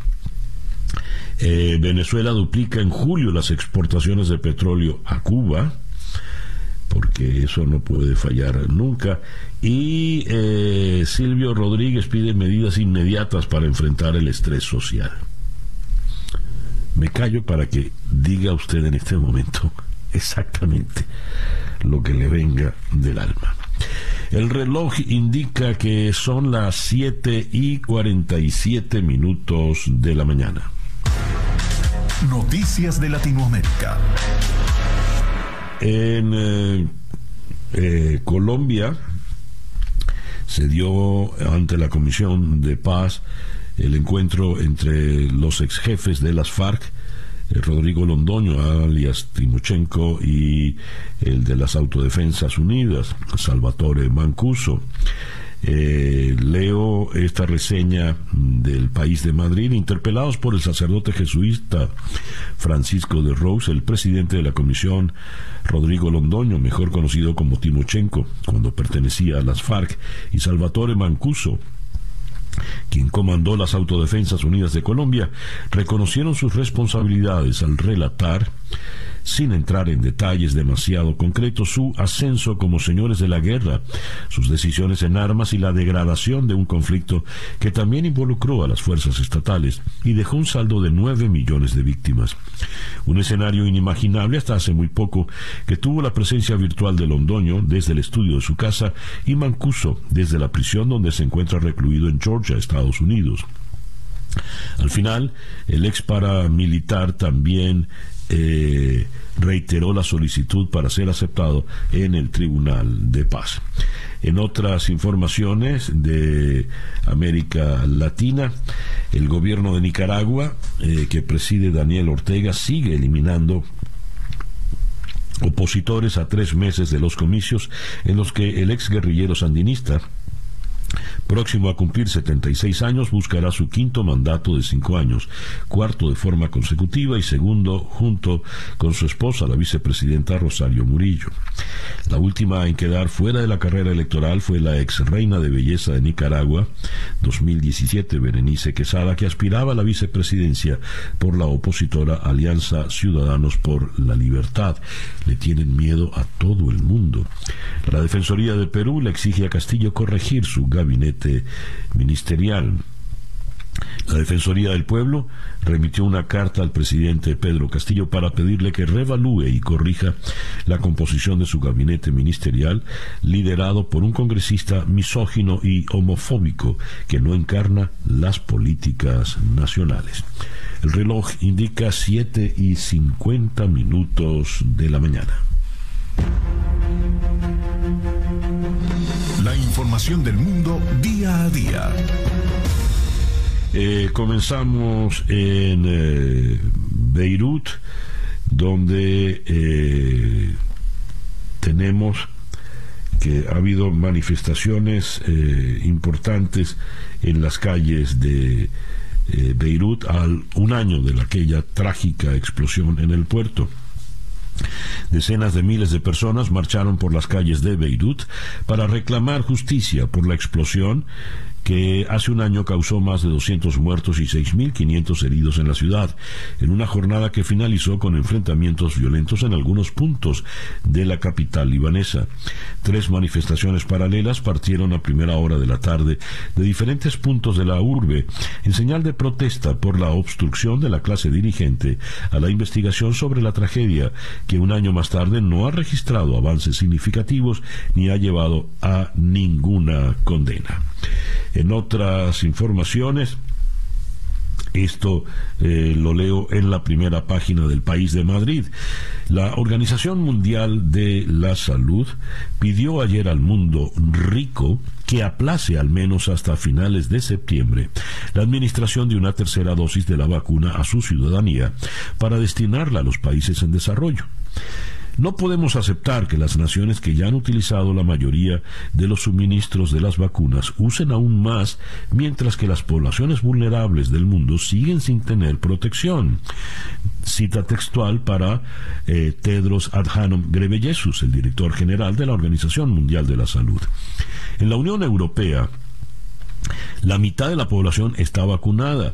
Venezuela duplica en julio las exportaciones de petróleo a Cuba. porque eso no puede fallar nunca. Y Silvio Rodríguez pide medidas inmediatas para enfrentar el estrés social. Me callo para que diga usted en este momento exactamente lo que le venga del alma. El reloj indica que son las 7:47 de la mañana. Noticias de Latinoamérica. En Colombia se dio ante la Comisión de Paz el encuentro entre los ex jefes de las FARC, Rodrigo Londoño, alias Timochenko, y el de las Autodefensas Unidas, Salvatore Mancuso. Leo esta reseña del País de Madrid. Interpelados por el sacerdote jesuita Francisco de Rose, el presidente de la comisión, Rodrigo Londoño, mejor conocido como Timochenko cuando pertenecía a las FARC, y Salvatore Mancuso, quien comandó las Autodefensas Unidas de Colombia, reconocieron sus responsabilidades al relatar, sin entrar en detalles demasiado concretos, su ascenso como señores de la guerra, sus decisiones en armas y la degradación de un conflicto que también involucró a las fuerzas estatales y dejó un saldo de 9 millones de víctimas. Un escenario inimaginable hasta hace muy poco, que tuvo la presencia virtual de Londoño desde el estudio de su casa y Mancuso desde la prisión donde se encuentra recluido en Georgia, Estados Unidos. Al final, el ex paramilitar también reiteró la solicitud para ser aceptado en el Tribunal de Paz. En otras informaciones de América Latina, el gobierno de Nicaragua, que preside Daniel Ortega, sigue eliminando opositores a 3 meses de los comicios en los que el ex guerrillero sandinista, próximo a cumplir 76 años, buscará su 5º mandato de 5 años, 4º de forma consecutiva y 2º junto con su esposa, la vicepresidenta Rosario Murillo. La última en quedar fuera de la carrera electoral fue la ex reina de belleza de Nicaragua 2017, Berenice Quesada, que aspiraba a la vicepresidencia por la opositora Alianza Ciudadanos por la Libertad. Le tienen miedo a todo el mundo. La Defensoría de Perú le exige a Castillo corregir su gabinete ministerial. La Defensoría del Pueblo remitió una carta al presidente Pedro Castillo para pedirle que revalúe y corrija la composición de su gabinete ministerial, liderado por un congresista misógino y homofóbico que no encarna las políticas nacionales. El reloj indica 7:50 de la mañana. La información del mundo día a día. Comenzamos en Beirut, donde tenemos que ha habido manifestaciones importantes en las calles de Beirut un año de aquella trágica explosión en el puerto. Decenas de miles de personas marcharon por las calles de Beirut para reclamar justicia por la explosión que hace un año causó más de 200 muertos y 6.500 heridos en la ciudad, en una jornada que finalizó con enfrentamientos violentos en algunos puntos de la capital libanesa. 3 manifestaciones paralelas partieron a primera hora de la tarde de diferentes puntos de la urbe, en señal de protesta por la obstrucción de la clase dirigente a la investigación sobre la tragedia, que un año más tarde no ha registrado avances significativos ni ha llevado a ninguna condena. En otras informaciones, esto lo leo en la primera página del País de Madrid. La Organización Mundial de la Salud pidió ayer al mundo rico que aplace al menos hasta finales de septiembre la administración de una tercera dosis de la vacuna a su ciudadanía para destinarla a los países en desarrollo. No podemos aceptar que las naciones que ya han utilizado la mayoría de los suministros de las vacunas usen aún más, mientras que las poblaciones vulnerables del mundo siguen sin tener protección. Cita textual para Tedros Adhanom Ghebreyesus, el director general de la Organización Mundial de la Salud. En la Unión Europea, la mitad de la población está vacunada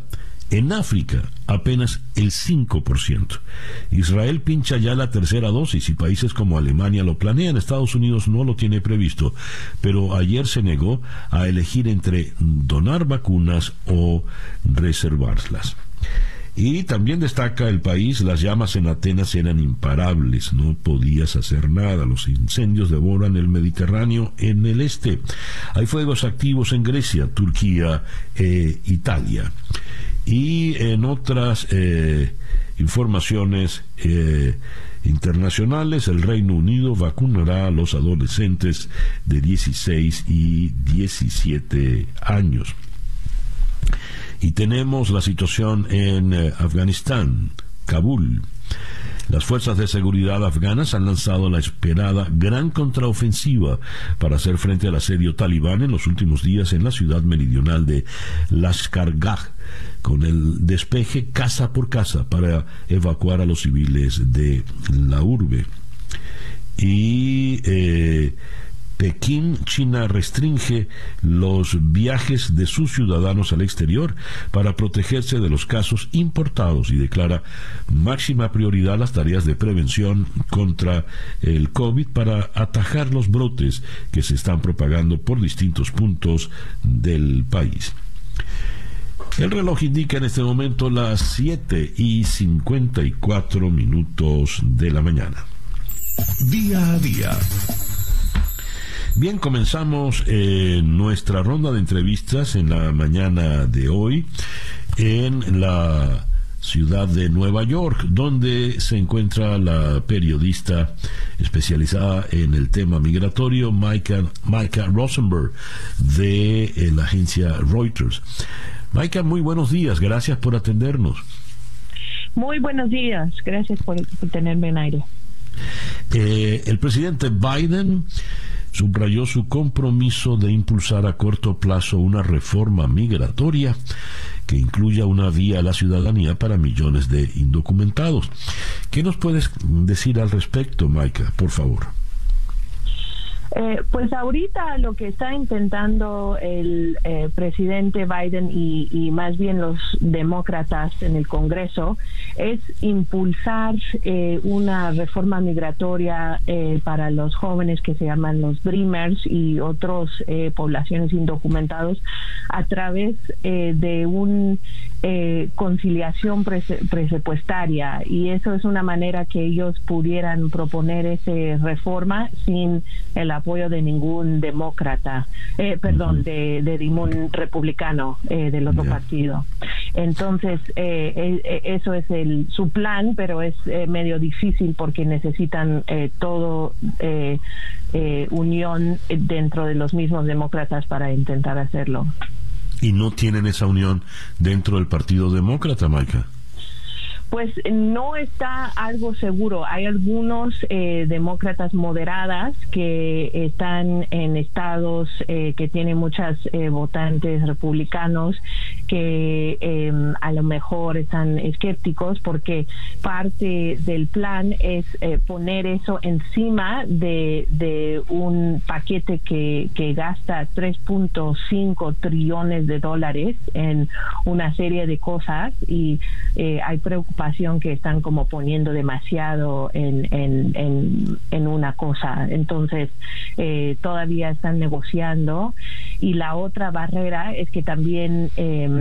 En África, apenas el 5%. Israel pincha ya la tercera dosis y países como Alemania lo planean. Estados Unidos no lo tiene previsto, pero ayer se negó a elegir entre donar vacunas o reservarlas. Y también destaca el país, las llamas en Atenas eran imparables, no podías hacer nada, los incendios devoran el Mediterráneo en el este. Hay fuegos activos en Grecia, Turquía e Italia. Y en otras informaciones internacionales, el Reino Unido vacunará a los adolescentes de 16 y 17 años. Y tenemos la situación en Afganistán, Kabul. Las fuerzas de seguridad afganas han lanzado la esperada gran contraofensiva para hacer frente al asedio talibán en los últimos días en la ciudad meridional de Lashkar-Gah, con el despeje casa por casa para evacuar a los civiles de la urbe. Y Pekín, China, restringe los viajes de sus ciudadanos al exterior para protegerse de los casos importados y declara máxima prioridad las tareas de prevención contra el COVID para atajar los brotes que se están propagando por distintos puntos del país. El reloj indica en este momento las 7:54 de la mañana. Día a día. Bien, comenzamos nuestra ronda de entrevistas en la mañana de hoy en la ciudad de Nueva York, donde se encuentra la periodista especializada en el tema migratorio, Micah Rosenberg, de la agencia Reuters. Micah, muy buenos días, gracias por atendernos. Muy buenos días, gracias por tenerme en aire. El presidente Biden subrayó su compromiso de impulsar a corto plazo una reforma migratoria que incluya una vía a la ciudadanía para millones de indocumentados. ¿Qué nos puedes decir al respecto, Micah, por favor? Pues ahorita lo que está intentando el presidente Biden y más bien los demócratas en el Congreso es impulsar una reforma migratoria para los jóvenes que se llaman los Dreamers y otras poblaciones indocumentados a través de un conciliación presupuestaria, y eso es una manera que ellos pudieran proponer esa reforma sin el apoyo de ningún demócrata, de ningún republicano del otro partido. Entonces, eso es su plan, pero es medio difícil porque necesitan unión dentro de los mismos demócratas para intentar hacerlo. ¿Y no tienen esa unión dentro del Partido Demócrata, Micah? Pues no está algo seguro. Hay algunos demócratas moderadas que están en estados que tienen muchas votantes republicanos que a lo mejor están escépticos porque parte del plan es poner eso encima de un paquete que gasta $3.5 trillones en una serie de cosas, y hay preocupación que están como poniendo demasiado en una cosa. Entonces todavía están negociando. Y la otra barrera es que también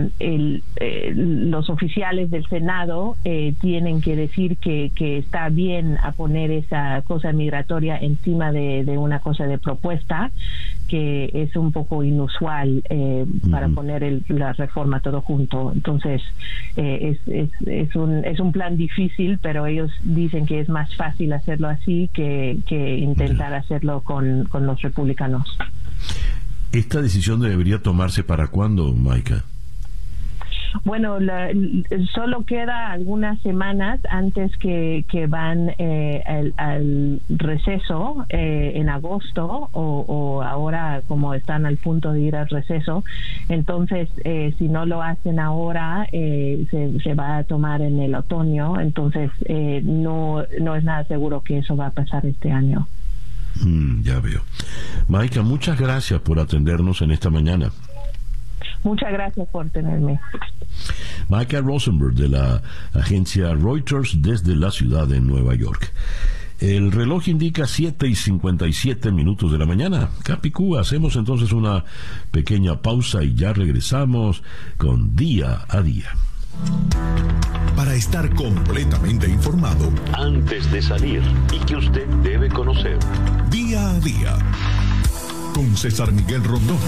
los oficiales del Senado tienen que decir que está bien a poner esa cosa migratoria encima de una cosa de propuesta, que es un poco inusual para poner la reforma todo junto. Entonces es un plan difícil, pero ellos dicen que es más fácil hacerlo así que intentar hacerlo con los republicanos. ¿Esta decisión debería tomarse para cuándo, Micah? Bueno, solo queda algunas semanas antes que van al receso en agosto, o ahora como están al punto de ir al receso. Entonces, si no lo hacen ahora, se va a tomar en el otoño. Entonces, no es nada seguro que eso va a pasar este año. Ya veo. Micah, muchas gracias por atendernos en esta mañana. Muchas gracias por tenerme. Micah Rosenberg, de la agencia Reuters, desde la ciudad de Nueva York. El reloj indica 7:57 de la mañana. Capicúa, hacemos entonces una pequeña pausa y ya regresamos con Día a Día. Para estar completamente informado, Antes de salir y que usted debe conocer. Día a Día, con César Miguel Rondón.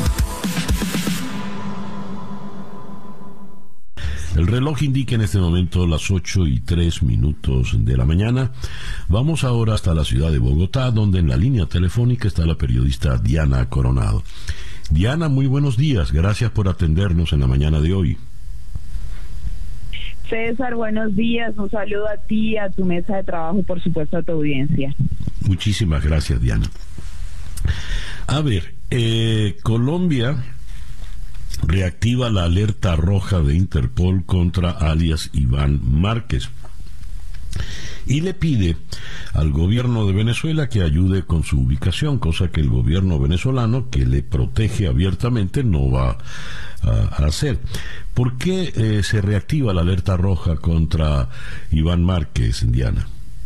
El reloj indica en este momento las 8:03 de la mañana. Vamos ahora hasta la ciudad de Bogotá, donde en la línea telefónica está la periodista Diana Coronado. Diana, muy buenos días. Gracias por atendernos en la mañana de hoy. César, buenos días. Un saludo a ti, a tu mesa de trabajo y por supuesto a tu audiencia. Muchísimas gracias, Diana. A ver, Colombia reactiva la alerta roja de Interpol contra alias Iván Márquez y le pide al gobierno de Venezuela que ayude con su ubicación, cosa que el gobierno venezolano, que le protege abiertamente, no va a hacer. ¿Por qué se reactiva la alerta roja contra Iván Márquez, Diana?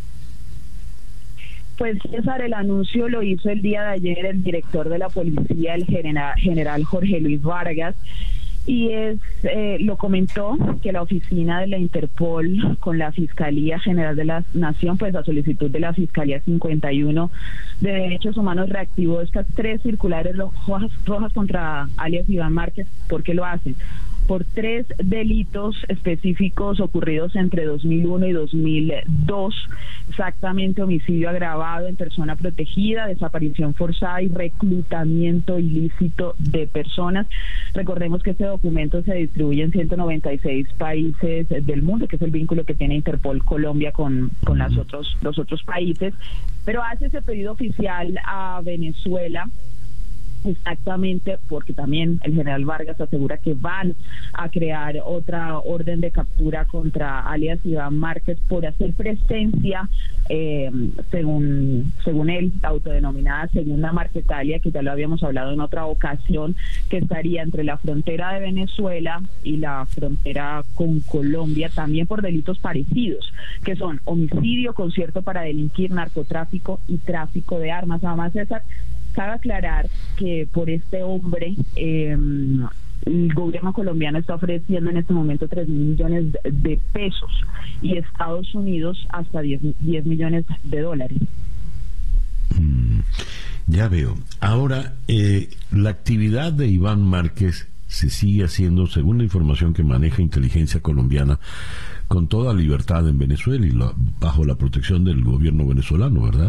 Pues César, el anuncio lo hizo el día de ayer el director de la policía, el general Jorge Luis Vargas, y lo comentó que la oficina de la Interpol con la Fiscalía General de la Nación, pues a solicitud de la Fiscalía 51 de Derechos Humanos, reactivó estas 3 circulares rojas contra alias Iván Márquez. ¿Por qué lo hacen? Por 3 delitos específicos ocurridos entre 2001 y 2002, exactamente: homicidio agravado en persona protegida, desaparición forzada y reclutamiento ilícito de personas. Recordemos que este documento se distribuye en 196 países del mundo, que es el vínculo que tiene Interpol Colombia con los otros países, pero hace ese pedido oficial a Venezuela exactamente porque también el general Vargas asegura que van a crear otra orden de captura contra alias Iván Márquez por hacer presencia, según él, la autodenominada Segunda Marquetalia, que ya lo habíamos hablado en otra ocasión, que estaría entre la frontera de Venezuela y la frontera con Colombia, también por delitos parecidos, que son homicidio, concierto para delinquir, narcotráfico y tráfico de armas. Además, César, cabe aclarar que por este hombre el gobierno colombiano está ofreciendo en este momento 3.000 millones de pesos y Estados Unidos hasta 10 millones de dólares. Ya veo. Ahora, la actividad de Iván Márquez se sigue haciendo, según la información que maneja Inteligencia Colombiana, con toda libertad en Venezuela y bajo la protección del gobierno venezolano, ¿verdad?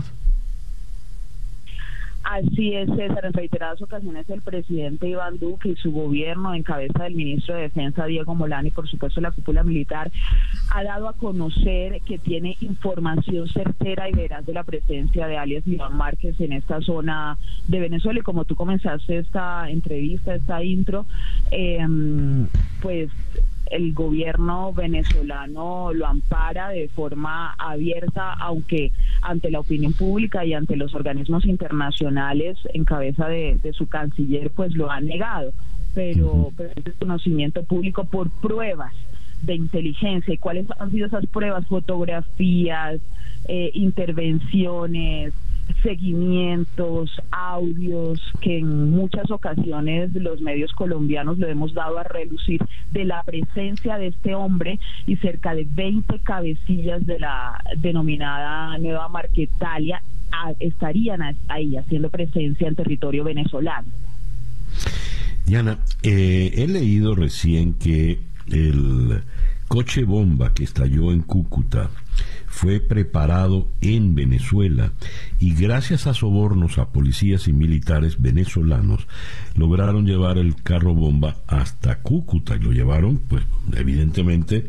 Así es, César. En reiteradas ocasiones el presidente Iván Duque y su gobierno, en cabeza del ministro de Defensa Diego Molano y por supuesto la cúpula militar, ha dado a conocer que tiene información certera y veraz de la presencia de alias Iván Márquez en esta zona de Venezuela. Y como tú comenzaste esta entrevista, esta intro, pues el gobierno venezolano lo ampara de forma abierta, aunque ante la opinión pública y ante los organismos internacionales, en cabeza de su canciller, pues lo han negado. Pero es conocimiento público por pruebas de inteligencia. ¿Y cuáles han sido esas pruebas? Fotografías, intervenciones, seguimientos, audios, que en muchas ocasiones los medios colombianos lo hemos dado a relucir, de la presencia de este hombre y cerca de 20 cabecillas de la denominada Nueva Marquetalia estarían ahí haciendo presencia en territorio venezolano. Diana, he leído recién que el coche bomba que estalló en Cúcuta fue preparado en Venezuela y gracias a sobornos a policías y militares venezolanos lograron llevar el carro bomba hasta Cúcuta y lo llevaron, pues evidentemente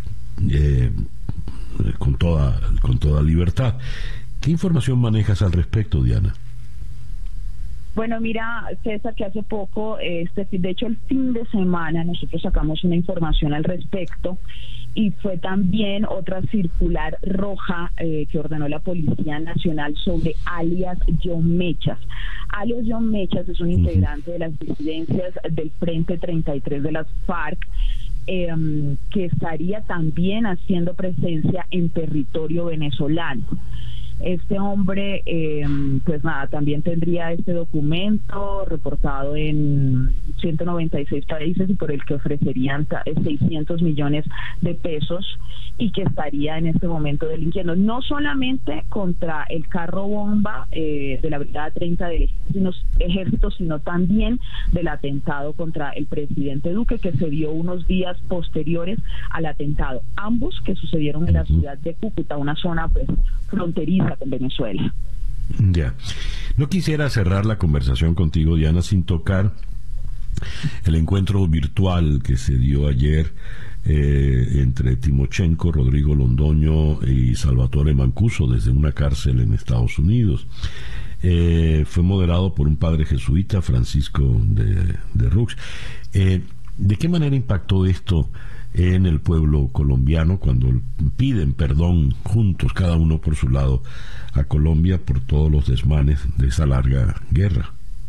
con toda libertad. ¿Qué información manejas al respecto, Diana? Bueno, mira, César, que hace poco, de hecho el fin de semana, nosotros sacamos una información al respecto y fue también otra circular roja que ordenó la Policía Nacional sobre alias John Mechas. Alias John Mechas es un integrante de las disidencias del Frente 33 de las FARC, que estaría también haciendo presencia en territorio venezolano. Este hombre, pues nada, también tendría este documento reportado en 196 países y por el que ofrecerían 600 millones de pesos y que estaría en este momento delinquiendo, no solamente contra el carro bomba de la Brigada 30 del Ejército, sino también del atentado contra el presidente Duque, que se dio unos días posteriores al atentado, ambos que sucedieron en la ciudad de Cúcuta, una zona pues fronteriza con Venezuela. Ya. No quisiera cerrar la conversación contigo, Diana, sin tocar el encuentro virtual que se dio ayer entre Timochenko, Rodrigo Londoño y Salvatore Mancuso desde una cárcel en Estados Unidos. Fue moderado por un padre jesuita, Francisco de Rux. ¿De qué manera impactó esto en el pueblo colombiano cuando piden perdón juntos, cada uno por su lado, a Colombia por todos los desmanes de esa larga guerra?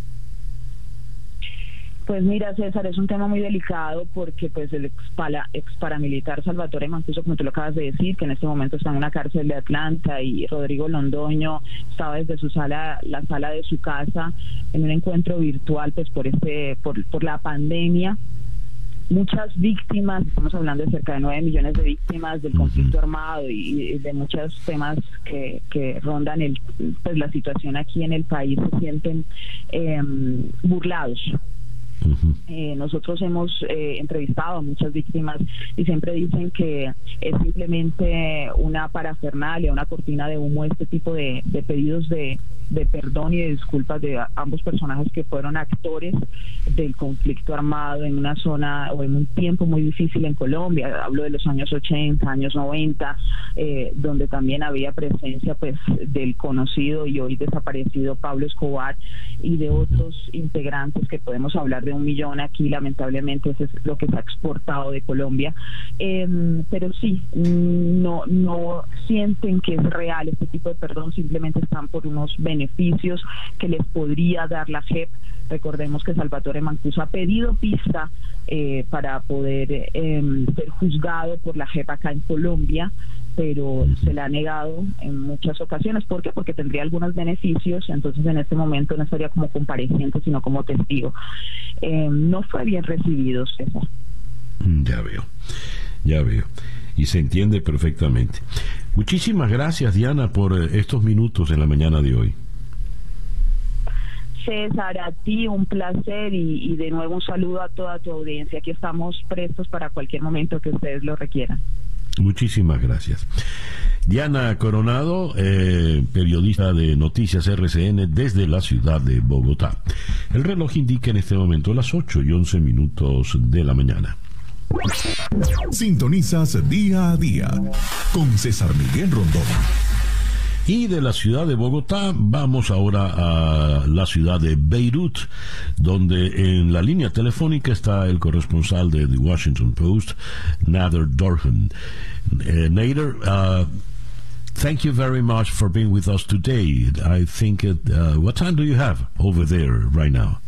Pues mira, César, es un tema muy delicado porque pues el ex paramilitar Salvatore Mancuso, como tú lo acabas de decir, que en este momento está en una cárcel de Atlanta, y Rodrigo Londoño estaba desde la sala de su casa en un encuentro virtual pues por la pandemia. Muchas víctimas, estamos hablando de cerca de 9 millones de víctimas del conflicto armado y de muchos temas que rondan pues la situación aquí en el país, se sienten burlados. Nosotros hemos entrevistado a muchas víctimas y siempre dicen que es simplemente una parafernalia, una cortina de humo, este tipo de pedidos de perdón y de disculpas de ambos personajes que fueron actores del conflicto armado en una zona o en un tiempo muy difícil en Colombia. Hablo de los años 80, años 90, donde también había presencia pues del conocido y hoy desaparecido Pablo Escobar y de otros integrantes que podemos hablar de 1 millón aquí, lamentablemente eso es lo que se ha exportado de Colombia, pero sí, no sienten que es real este tipo de perdón, simplemente están por unos beneficios que les podría dar la JEP. Recordemos que Salvatore Mancuso ha pedido pista para poder ser juzgado por la JEP acá en Colombia, pero se le ha negado en muchas ocasiones. ¿Por qué? Porque tendría algunos beneficios, entonces en este momento no estaría como compareciente, sino como testigo. No fue bien recibido, César. Ya veo. Y se entiende perfectamente. Muchísimas gracias, Diana, por estos minutos en la mañana de hoy. César, a ti un placer y de nuevo un saludo a toda tu audiencia. Aquí estamos prestos para cualquier momento que ustedes lo requieran. Muchísimas gracias. Diana Coronado, periodista de Noticias RCN desde la ciudad de Bogotá. El reloj indica en este momento las 8:11 de la mañana. Sintonizas Día a Día con César Miguel Rondón. Y de la ciudad de Bogotá vamos ahora a la ciudad de Beirut, donde en la línea telefónica está el corresponsal de The Washington Post, Nader Dorhan. Nader, thank you very much for being with us today. I think, what time do you have over there right now?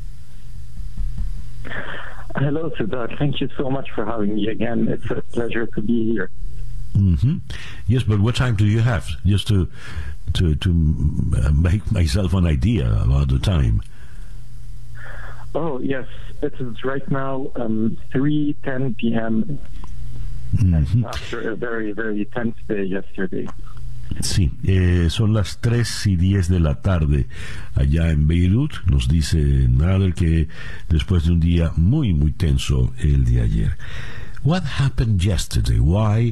Hello, César. Thank you so much for having me again. It's a pleasure to be here. Yes, but what time do you have? Just to make myself an idea about the time. Oh, yes. It is right now 3:10 p.m. After a very, very tense day yesterday. Sí, son las 3:10 de la tarde allá en Beirut. Nos dice Nader que después de un día muy, muy tenso el día ayer. What happened yesterday? Why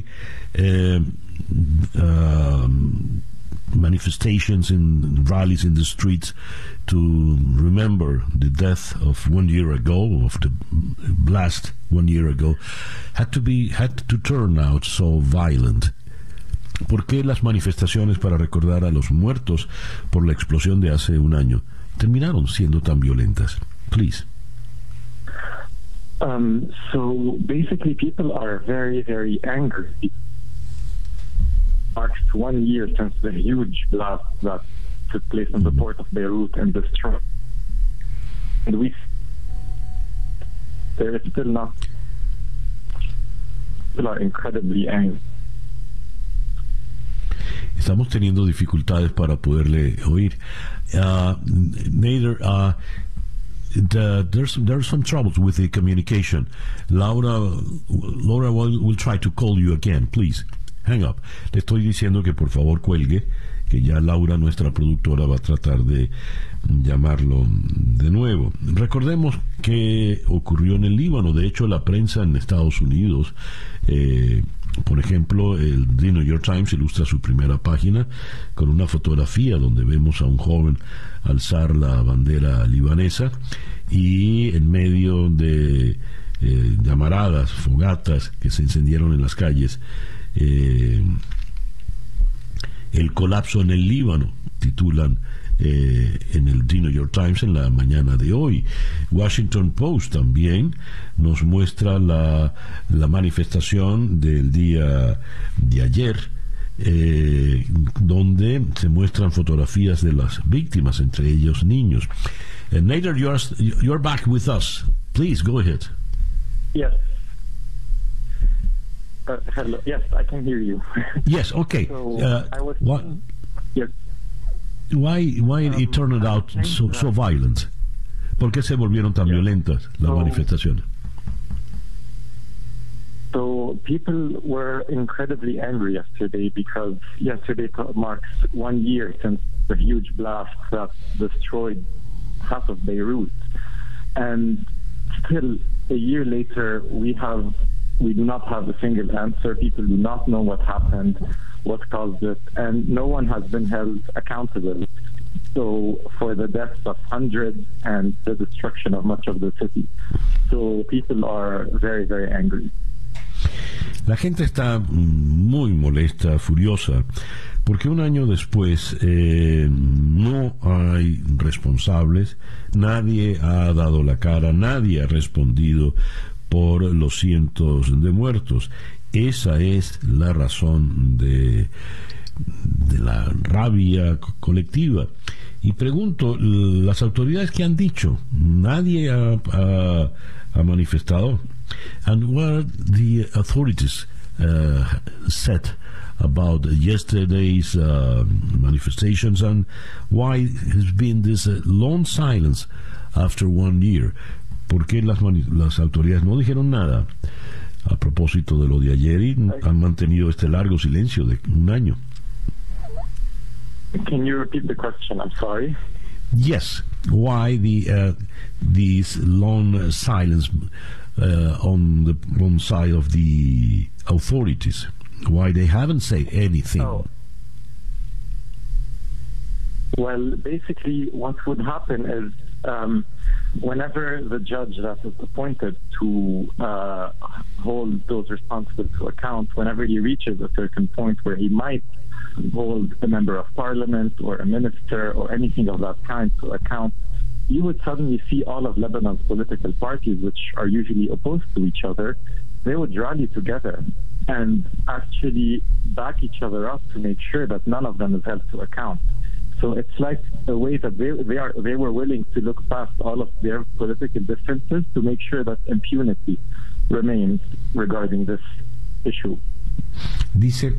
manifestations and rallies in the streets to remember the death of 1 year ago, of the blast 1 year ago, had to turn out so violent? ¿Por qué las manifestaciones para recordar a los muertos por la explosión de hace un año terminaron siendo tan violentas? Please. So basically people are very, very angry. It marks 1 year since the huge blast that took place in the port of Beirut and destroyed we there is still are incredibly angry. Estamos teniendo dificultades para poderle oír. Nader, there's some troubles with the communication. Laura will try to call you again. Please, hang up. Le estoy diciendo que por favor cuelgue, que ya Laura, nuestra productora, va a tratar de llamarlo de nuevo. Recordemos que ocurrió en el Líbano. De hecho, la prensa en Estados Unidos, por ejemplo, The New York Times ilustra su primera página con una fotografía donde vemos a un joven alzar la bandera libanesa y en medio de llamaradas, fogatas que se encendieron en las calles, el colapso en el Líbano, titulan en el The New York Times en la mañana de hoy. Washington Post también nos muestra la manifestación del día de ayer, donde se muestran fotografías de las víctimas, entre ellos niños. Nader, you're back with us. Please go ahead. Yes. Hello. Yes, I can hear you. Yes. Okay. So, I was. Yes. Why it turned out so violent? ¿Por qué se volvieron tan violentas las manifestaciones? So people were incredibly angry yesterday because yesterday marks 1 year since the huge blast that destroyed half of Beirut, and still a year later we do not have a single answer. People do not know what happened, what caused it, and no one has been held accountable. So for the deaths of hundreds and the destruction of much of the city. So people are very, very angry. La gente está muy molesta, furiosa, porque un año después no hay responsables, nadie ha dado la cara, nadie ha respondido por los cientos de muertos. Esa es la razón de la rabia colectiva. Y pregunto, las autoridades, ¿qué han dicho? Nadie ha manifestado. And what the authorities said about yesterday's manifestations, and why has been this long silence after 1 year? ¿Por qué las autoridades no dijeron nada a propósito de lo de ayer y han mantenido este largo silencio de 1 año? Can you repeat the question? I'm sorry. Yes. Why this long silence on the one side of the authorities? Why they haven't said anything? Oh. Well, basically, what would happen is whenever the judge that is appointed to hold those responsible to account, whenever he reaches a certain point where he might hold a member of parliament or a minister or anything of that kind to account, you would suddenly see all of Lebanon's political parties, which are usually opposed to each other, they would rally together and actually back each other up to make sure that none of them is held to account. So it's like a way that they were willing to look past all of their political differences to make sure that impunity remains regarding this issue. Dice,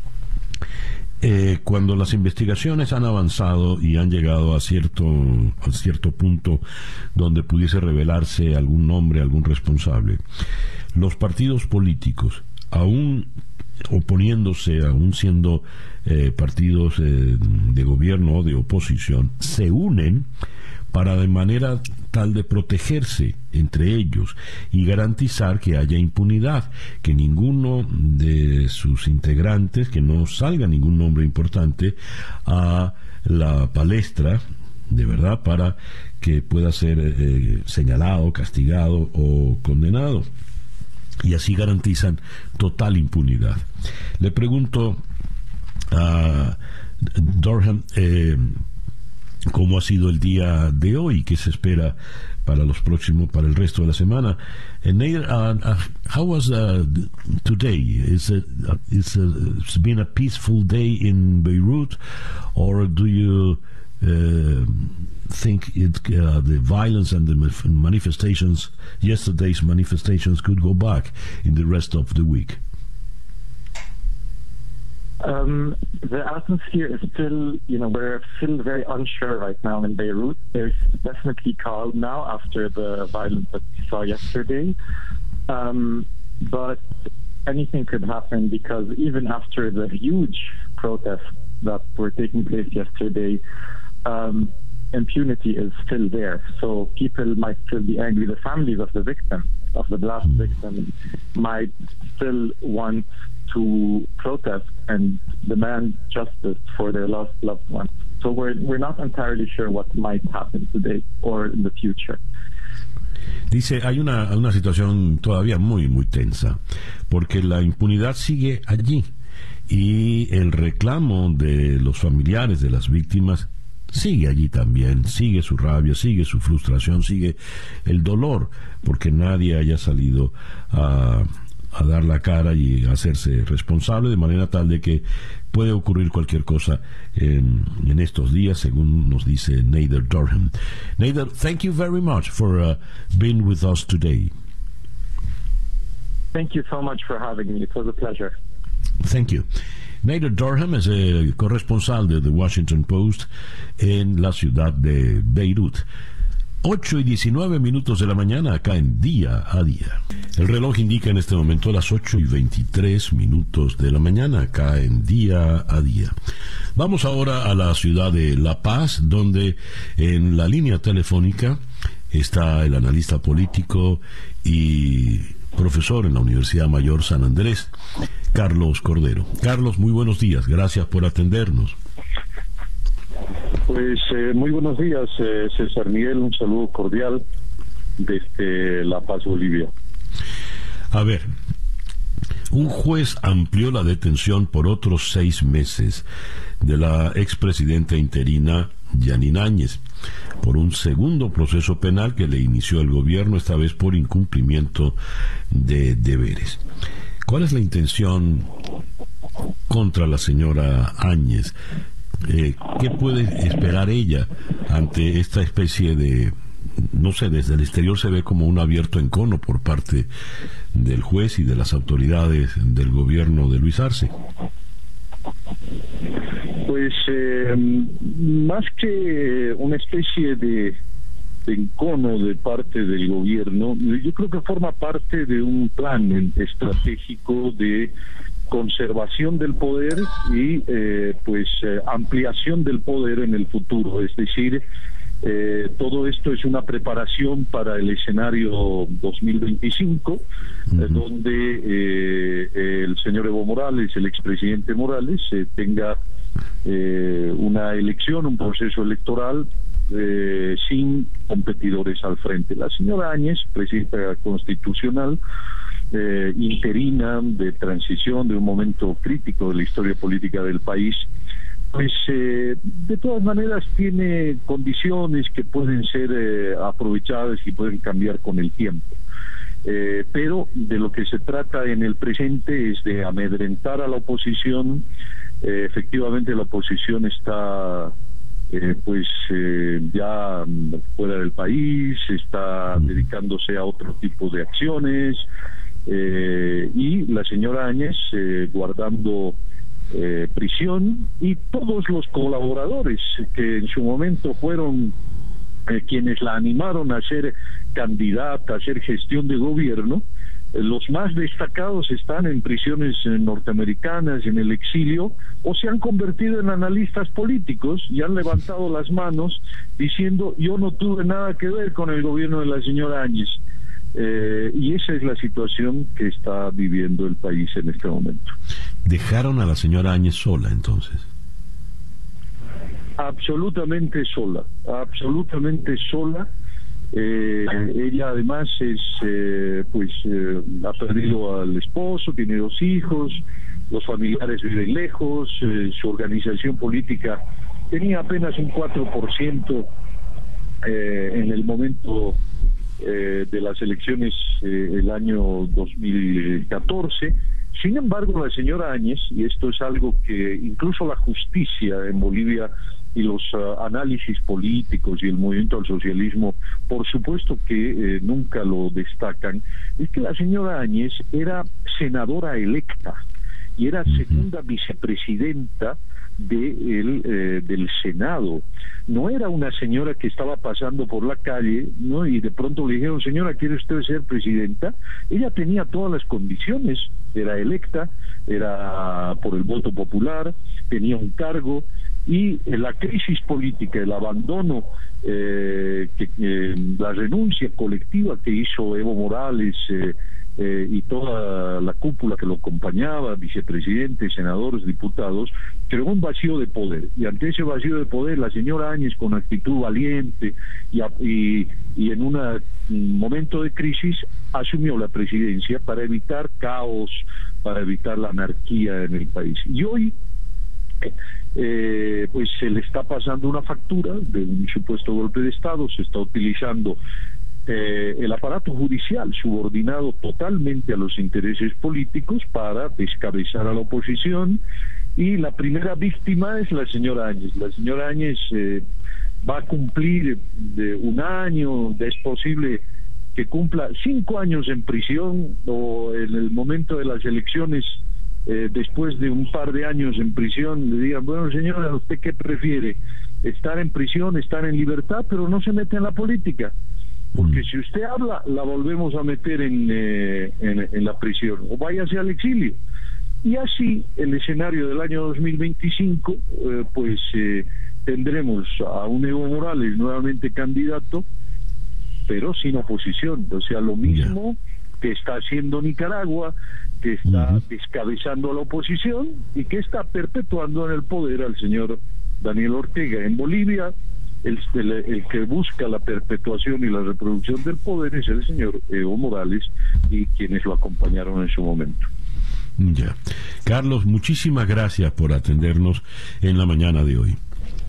cuando las investigaciones han avanzado y han llegado a cierto punto donde pudiese revelarse algún nombre, algún responsable, los partidos políticos, aún oponiéndose, aún siendo partidos de gobierno o de oposición, se unen para de manera tal de protegerse entre ellos y garantizar que haya impunidad, que ninguno de sus integrantes, que no salga ningún nombre importante a la palestra, de verdad, para que pueda ser señalado, castigado o condenado. Y así garantizan total impunidad. Le pregunto a Durham cómo ha sido el día de hoy, qué se espera para el resto de la semana. Nader, how was today? It's been a peaceful day in Beirut, or do you think the violence and the manifestations, yesterday's manifestations, could go back in the rest of the week? The atmosphere is still, we're still very unsure right now in Beirut. There's definitely calm now after the violence that we saw yesterday. But anything could happen, because even after the huge protests that were taking place yesterday, impunity is still there. So people might still be angry. The families of the victim, of the blast victim, might still want to protest and demand justice for their lost loved ones. So we're not entirely sure what might happen today or in the future. Dice, hay una situación todavía muy, muy tensa, porque la impunidad sigue allí y el reclamo de los familiares de las víctimas sigue allí también, sigue su rabia, sigue su frustración, sigue el dolor, porque nadie haya salido a dar la cara y hacerse responsable, de manera tal de que puede ocurrir cualquier cosa en estos días, según nos dice Nader Durham. Nader, thank you very much for being with us today. Thank you so much for having me. It was a pleasure. Thank you. Nader Durham es el corresponsal de The Washington Post en la ciudad de Beirut. 8:19 de la mañana acá en Día a Día. El reloj indica en este momento las 8:23 de la mañana acá en Día a Día. Vamos ahora a la ciudad de La Paz, donde en la línea telefónica está el analista político y profesor en la Universidad Mayor San Andrés, Carlos Cordero. Carlos, muy buenos días, gracias por atendernos. Pues muy buenos días, César Miguel, un saludo cordial desde La Paz, Bolivia. A ver, un juez amplió la detención por otros 6 meses de la expresidenta interina Yanine Áñez por un segundo proceso penal que le inició el gobierno, esta vez por incumplimiento de deberes. ¿Cuál es la intención contra la señora Áñez? ¿Qué puede esperar ella ante esta especie de, no sé, desde el exterior se ve como un abierto encono por parte del juez y de las autoridades del gobierno de Luis Arce? Pues más que una especie de encono de parte del gobierno, yo creo que forma parte de un plan estratégico de conservación del poder y ampliación del poder en el futuro. Es decir, todo esto es una preparación para el escenario 2025, donde el señor Evo Morales, el expresidente Morales, tenga una elección, un proceso electoral sin competidores al frente. La señora Áñez, presidenta constitucional, interina, de transición, de un momento crítico de la historia política del país, pues de todas maneras tiene condiciones que pueden ser aprovechadas y pueden cambiar con el tiempo. Pero de lo que se trata en el presente es de amedrentar a la oposición. Efectivamente la oposición está ya fuera del país, está dedicándose a otro tipo de acciones, y la señora Áñez guardando prisión, y todos los colaboradores que en su momento fueron quienes la animaron a ser candidata, a hacer gestión de gobierno, los más destacados están en prisiones norteamericanas, en el exilio, o se han convertido en analistas políticos y han levantado las manos diciendo: yo no tuve nada que ver con el gobierno de la señora Áñez. Y esa es la situación que está viviendo el país en este momento. ¿Dejaron a la señora Áñez sola entonces? Absolutamente sola, absolutamente sola. Ella además ha perdido al esposo, tiene 2 hijos, los familiares viven lejos, su organización política tenía apenas un 4% en el momento de las elecciones el año 2014. Sin embargo, la señora Áñez, y esto es algo que incluso la justicia en Bolivia y los análisis políticos y el movimiento al socialismo, por supuesto que nunca lo destacan, es que la señora Áñez era senadora electa y era segunda vicepresidenta del Senado. No era una señora que estaba pasando por la calle, ¿no? Y de pronto le dijeron, señora, ¿quiere usted ser presidenta? Ella tenía todas las condiciones, era electa, era por el voto popular, tenía un cargo, y la crisis política, el abandono, la renuncia colectiva que hizo Evo Morales y toda la cúpula que lo acompañaba, vicepresidentes, senadores, diputados, creó un vacío de poder, y ante ese vacío de poder la señora Áñez, con actitud valiente y en un momento de crisis, asumió la presidencia para evitar caos, para evitar la anarquía en el país. Y hoy pues se le está pasando una factura de un supuesto golpe de Estado, se está utilizando el aparato judicial subordinado totalmente a los intereses políticos para descabezar a la oposición, y la primera víctima es la señora Áñez. La señora Áñez va a cumplir de un año, es posible que cumpla 5 años en prisión, o en el momento de las elecciones, después de un par de años en prisión, le digan, bueno señora, ¿usted qué prefiere? ¿Estar en prisión, estar en libertad, pero no se mete en la política? Porque si usted habla, la volvemos a meter en la prisión, o váyase al exilio. Y así, el escenario del año 2025, tendremos a un Evo Morales nuevamente candidato, pero sin oposición. O sea, lo mismo que está haciendo Nicaragua, que está descabezando a la oposición y que está perpetuando en el poder al señor Daniel Ortega. En Bolivia, el que busca la perpetuación y la reproducción del poder es el señor Evo Morales y quienes lo acompañaron en su momento. Ya. Carlos, muchísimas gracias por atendernos en la mañana de hoy.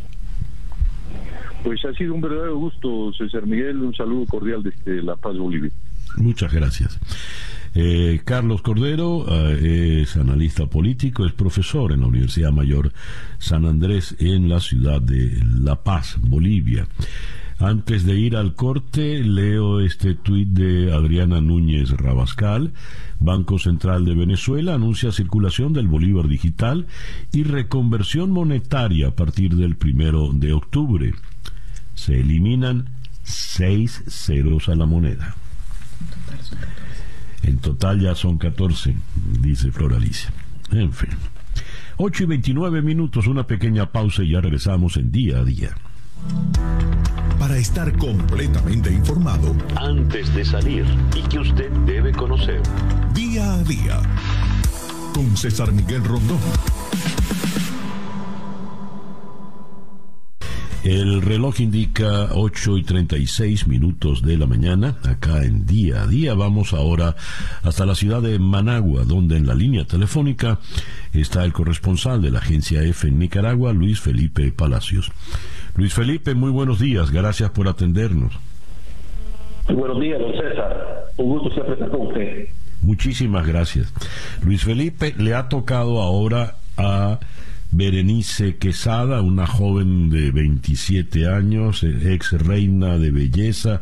Pues ha sido un verdadero gusto, César Miguel. Un saludo cordial desde La Paz, Bolivia. Muchas gracias. Carlos Cordero es analista político, es profesor en la Universidad Mayor San Andrés en la ciudad de La Paz, Bolivia. Antes de ir al corte, leo este tuit de Adriana Núñez Rabascal. Banco Central de Venezuela anuncia circulación del bolívar digital y reconversión monetaria a partir del 1 de octubre. Se eliminan 6 ceros a la moneda. En total ya son 14, dice Flor Alicia. En fin. 8:29, una pequeña pausa y ya regresamos en Día a Día. Para estar completamente informado, Antes de salir y que usted debe conocer. Día a Día, con César Miguel Rondón. El reloj indica 8:36 de la mañana, acá en Día a Día. Vamos ahora hasta la ciudad de Managua, donde en la línea telefónica está el corresponsal de la agencia EFE en Nicaragua, Luis Felipe Palacios. Luis Felipe, muy buenos días, gracias por atendernos. Muy buenos días, don César. Un gusto siempre estar con usted. Muchísimas gracias. Luis Felipe, le ha tocado ahora a Berenice Quesada, una joven de 27 años, ex reina de belleza,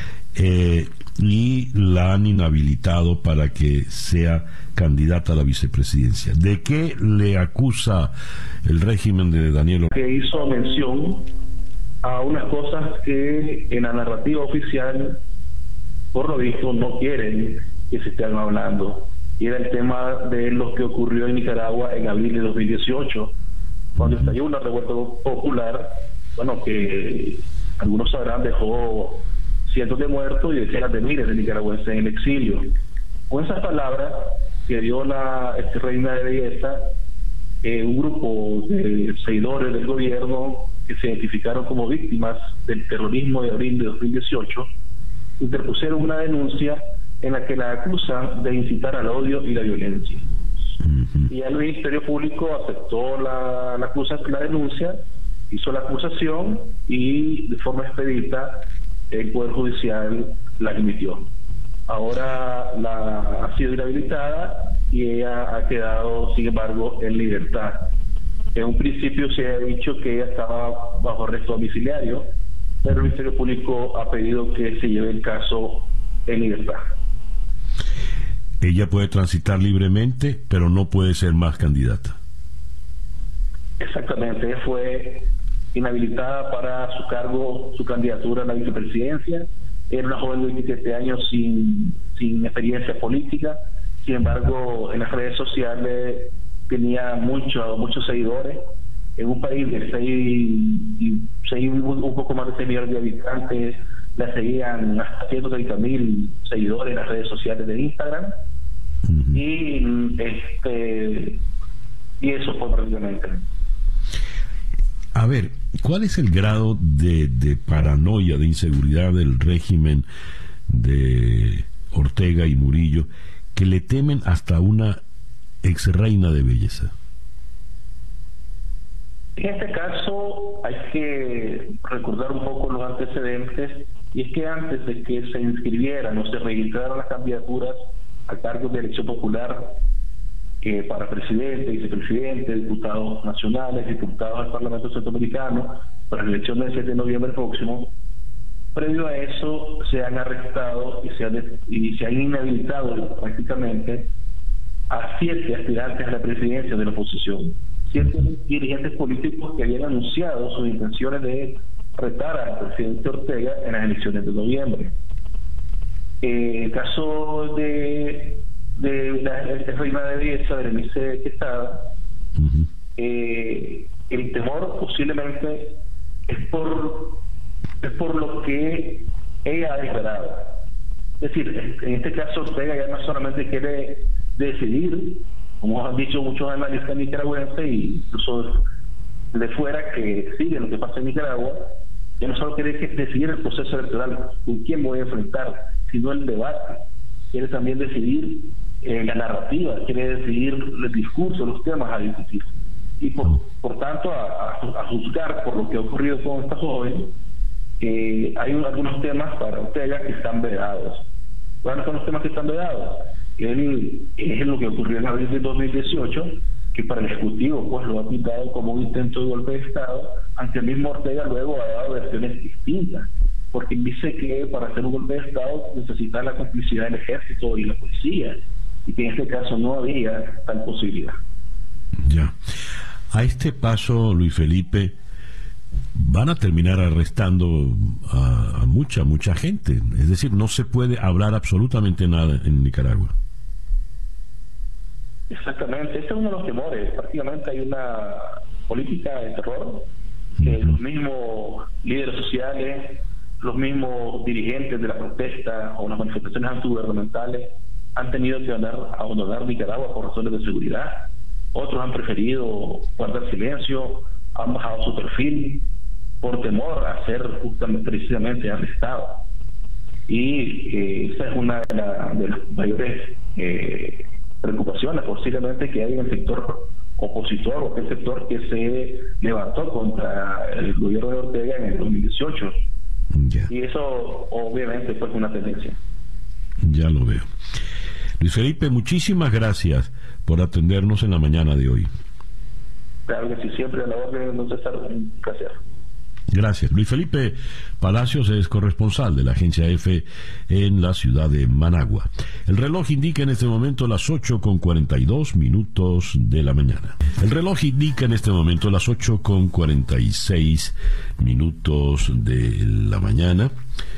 y la han inhabilitado para que sea candidata a la vicepresidencia. ¿De qué le acusa el régimen de Daniel Ortega? Que hizo mención a unas cosas que en la narrativa oficial, por lo visto, no quieren que se estén hablando. Y era el tema de lo que ocurrió en Nicaragua en abril de 2018, cuando estalló una revuelta popular, bueno, que algunos sabrán, dejó cientos de muertos y decenas de miles de nicaragüenses en el exilio. Con esas palabras que dio la reina de belleza, un grupo de seguidores del gobierno que se identificaron como víctimas del terrorismo de abril de 2018, interpusieron una denuncia en la que la acusan de incitar al odio y la violencia. Y el Ministerio Público aceptó la denuncia, hizo la acusación y de forma expedita el Poder Judicial la admitió. Ahora ha sido inhabilitada y ella ha quedado, sin embargo, en libertad. En un principio se ha dicho que ella estaba bajo arresto domiciliario, pero el Ministerio Público ha pedido que se lleve el caso en libertad. Ella puede transitar libremente, pero no puede ser más candidata. Exactamente, ella fue inhabilitada para su cargo, su candidatura a la vicepresidencia. Era una joven de 27 años sin experiencia política. Sin embargo, en las redes sociales tenía muchos seguidores. En un país de 6, un poco más de 6 millones de habitantes, la seguían hasta 130.000 seguidores en las redes sociales de Instagram. Y eso fue prácticamente. A ver, ¿cuál es el grado de paranoia, de inseguridad del régimen de Ortega y Murillo, que le temen hasta una ex reina de belleza? En este caso hay que recordar un poco los antecedentes, y es que antes de que se inscribieran o se registraran las candidaturas a cargos de elección popular para presidente, vicepresidente, diputados nacionales, diputados al Parlamento Centroamericano, para la elección del 7 de noviembre próximo, previo a eso se han arrestado y se han inhabilitado prácticamente a 7 aspirantes a la presidencia de la oposición, 7 dirigentes políticos que habían anunciado sus intenciones de retar al presidente Ortega en las elecciones de noviembre. El caso de la reina de belleza, Berenice Quesada, el temor posiblemente es por lo que ella ha declarado. Es decir, en este caso Ortega ya no solamente quiere decidir, como han dicho muchos analistas nicaragüenses y incluso de fuera que siguen lo que pasa en Nicaragua, ya no solo quiere decidir el proceso electoral, con quién voy a enfrentar, sino el debate. Quiere también decidir la narrativa, quiere decidir el discurso, los temas a discutir. Y por tanto, a juzgar por lo que ha ocurrido con esta joven, hay algunos temas para Ortega que están vedados. ¿Cuáles son los temas que están vedados? Es lo que ocurrió en abril de 2018, que para el Ejecutivo pues lo ha pintado como un intento de golpe de Estado, aunque el mismo Ortega luego ha dado versiones distintas, porque dice que para hacer un golpe de Estado necesita la complicidad del ejército y la policía, y que en este caso no había tal posibilidad. Ya. A este paso, Luis Felipe, van a terminar arrestando a mucha gente. Es decir, no se puede hablar absolutamente nada en Nicaragua. Exactamente, ese es uno de los temores. Prácticamente hay una política de terror que los mismos líderes sociales, los mismos dirigentes de la protesta o las manifestaciones antigubernamentales han tenido que abandonar Nicaragua por razones de seguridad. Otros han preferido guardar silencio, han bajado su perfil por temor a ser precisamente arrestados. Y esa es una de las mayores preocupaciones posiblemente que hay en el sector opositor, o aquel sector que se levantó contra el gobierno de Ortega en el 2018. Ya. Y eso obviamente fue una tendencia. Ya lo veo. Luis Felipe, muchísimas gracias por atendernos en la mañana de hoy. Claro que sí, siempre a la orden, don César, un placer. Gracias. Luis Felipe Palacios es corresponsal de la agencia EFE en la ciudad de Managua. El reloj indica en este momento las 8:42 de la mañana. El reloj indica en este momento las 8:46 de la mañana.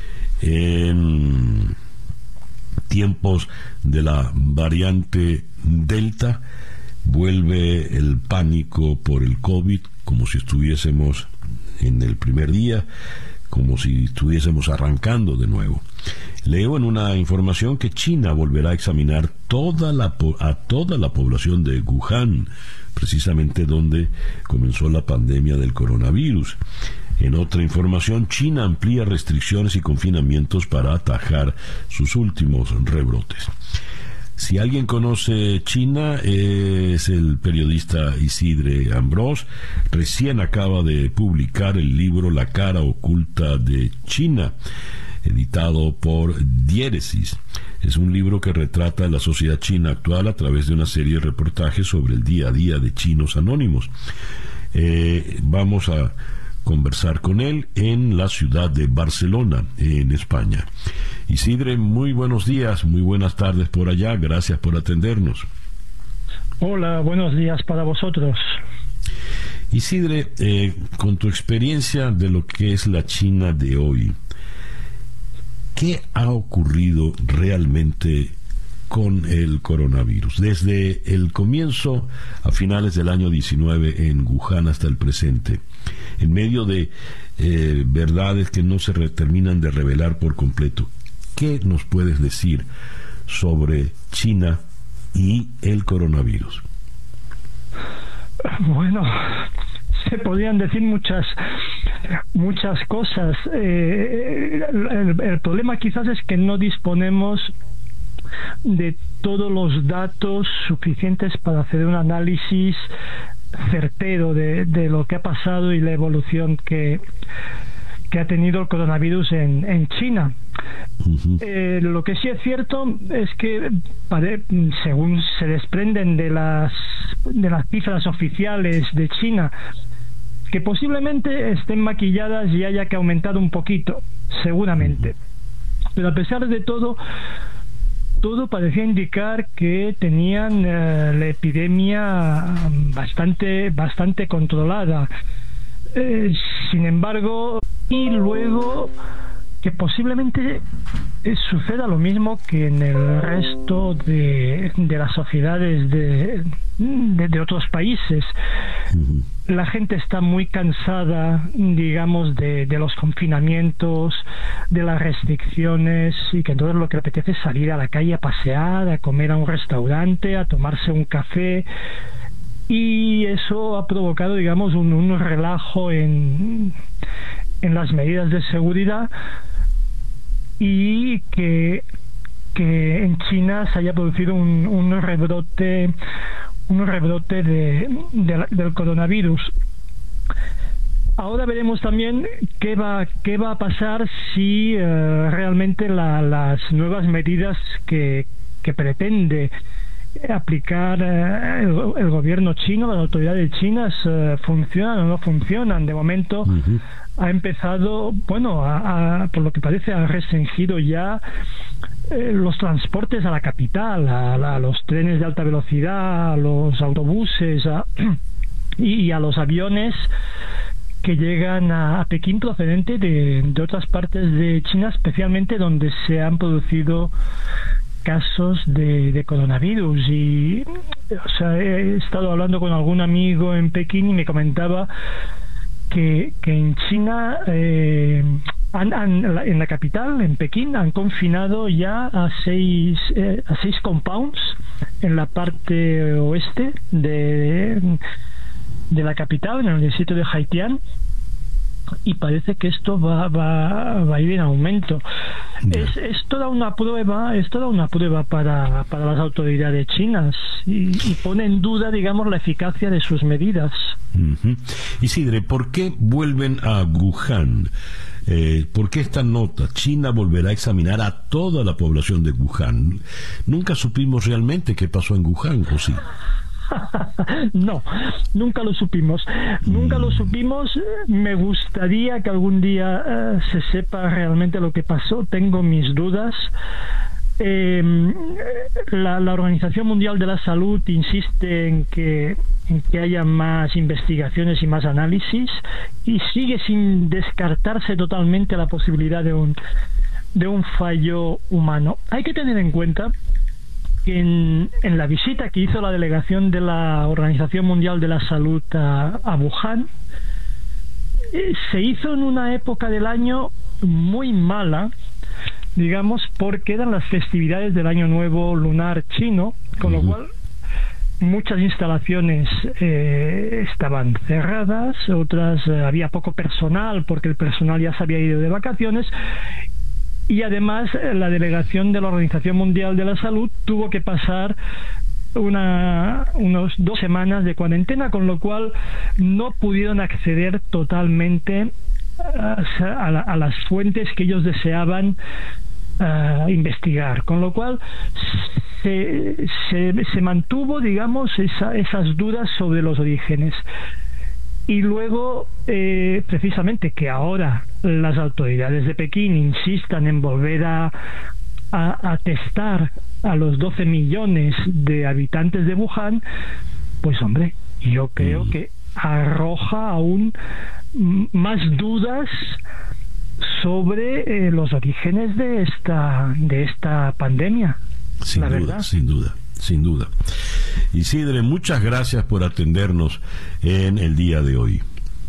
En tiempos de la variante Delta, vuelve el pánico por el COVID, como si estuviésemos en el primer día, como si estuviésemos arrancando de nuevo. Leo en una información que China volverá a examinar a toda la población de Wuhan, precisamente donde comenzó la pandemia del coronavirus. En otra información, China amplía restricciones y confinamientos para atajar sus últimos rebrotes. Si alguien conoce China, es el periodista Isidre Ambrós. Recién acaba de publicar el libro La cara oculta de China. editado por Diéresis. Es un libro que retrata la sociedad china actual a través de una serie de reportajes sobre el día a día de chinos anónimos. Vamos a conversar con él en la ciudad de Barcelona, en España. Isidre, muy buenos días, muy buenas tardes por allá, gracias por atendernos. Hola, buenos días para vosotros. Isidre, con tu experiencia de lo que es la China de hoy, ¿qué ha ocurrido realmente con el coronavirus? Desde el comienzo, a finales del año 19 en Wuhan hasta el presente, en medio de verdades que no se terminan de revelar por completo, ¿qué nos puedes decir sobre China y el coronavirus? Bueno, se podrían decir muchas cosas. El problema quizás es que no disponemos de todos los datos suficientes para hacer un análisis certero de lo que ha pasado y la evolución que ha tenido el coronavirus en China. Lo que sí es cierto es que, según se desprenden de las cifras oficiales de China, que posiblemente estén maquilladas y haya que aumentar un poquito, seguramente. Pero a pesar de todo parecía indicar que tenían la epidemia bastante controlada. Sin embargo, y luego que posiblemente suceda lo mismo que en el resto de las sociedades de otros países. La gente está muy cansada, digamos, de los confinamientos, de las restricciones, y que entonces lo que le apetece es salir a la calle a pasear, a comer a un restaurante, a tomarse un café. Y eso ha provocado, digamos, un relajo en las medidas de seguridad, y que en China se haya producido un rebrote del coronavirus. Ahora veremos también qué va a pasar si realmente las nuevas medidas que pretende aplicar el gobierno chino, las autoridades chinas, funcionan o no funcionan. De momento ha empezado, bueno, por lo que parece ha restringido ya los transportes a la capital, a los trenes de alta velocidad, a los autobuses y a los aviones que llegan a Pekín procedente de otras partes de China, especialmente donde se han producido casos de coronavirus. Y he estado hablando con algún amigo en Pekín y me comentaba que en China, en la capital, en Pekín, han confinado ya a seis compounds en la parte oeste de la capital, en el distrito de Haitian, y parece que esto va a ir en aumento. Es toda una prueba para las autoridades chinas, y pone en duda, digamos, la eficacia de sus medidas. Isidre, ¿por qué vuelven a Wuhan? ¿Por qué esta nota? China volverá a examinar a toda la población de Wuhan. Nunca supimos realmente qué pasó en Wuhan, ¿o sí? No, nunca lo supimos. Me gustaría que algún día se sepa realmente lo que pasó. Tengo mis dudas. La Organización Mundial de la Salud insiste en que haya más investigaciones y más análisis, y sigue sin descartarse totalmente la posibilidad de un fallo humano. Hay que tener en cuenta que en la visita que hizo la delegación de la Organización Mundial de la Salud a Wuhan, se hizo en una época del año muy mala, digamos, porque eran las festividades del Año Nuevo Lunar chino, con lo cual muchas instalaciones estaban cerradas, otras había poco personal porque el personal ya se había ido de vacaciones, y además la delegación de la Organización Mundial de la Salud tuvo que pasar unos 2 semanas de cuarentena, con lo cual no pudieron acceder totalmente a las fuentes que ellos deseaban investigar, con lo cual se mantuvo, digamos, esas dudas sobre los orígenes. Y luego, precisamente, que ahora las autoridades de Pekín insistan en volver a testar a los 12 millones de habitantes de Wuhan, pues hombre, yo creo que arroja aún más dudas sobre los orígenes de esta pandemia. Sin duda. Isidre, muchas gracias por atendernos en el día de hoy.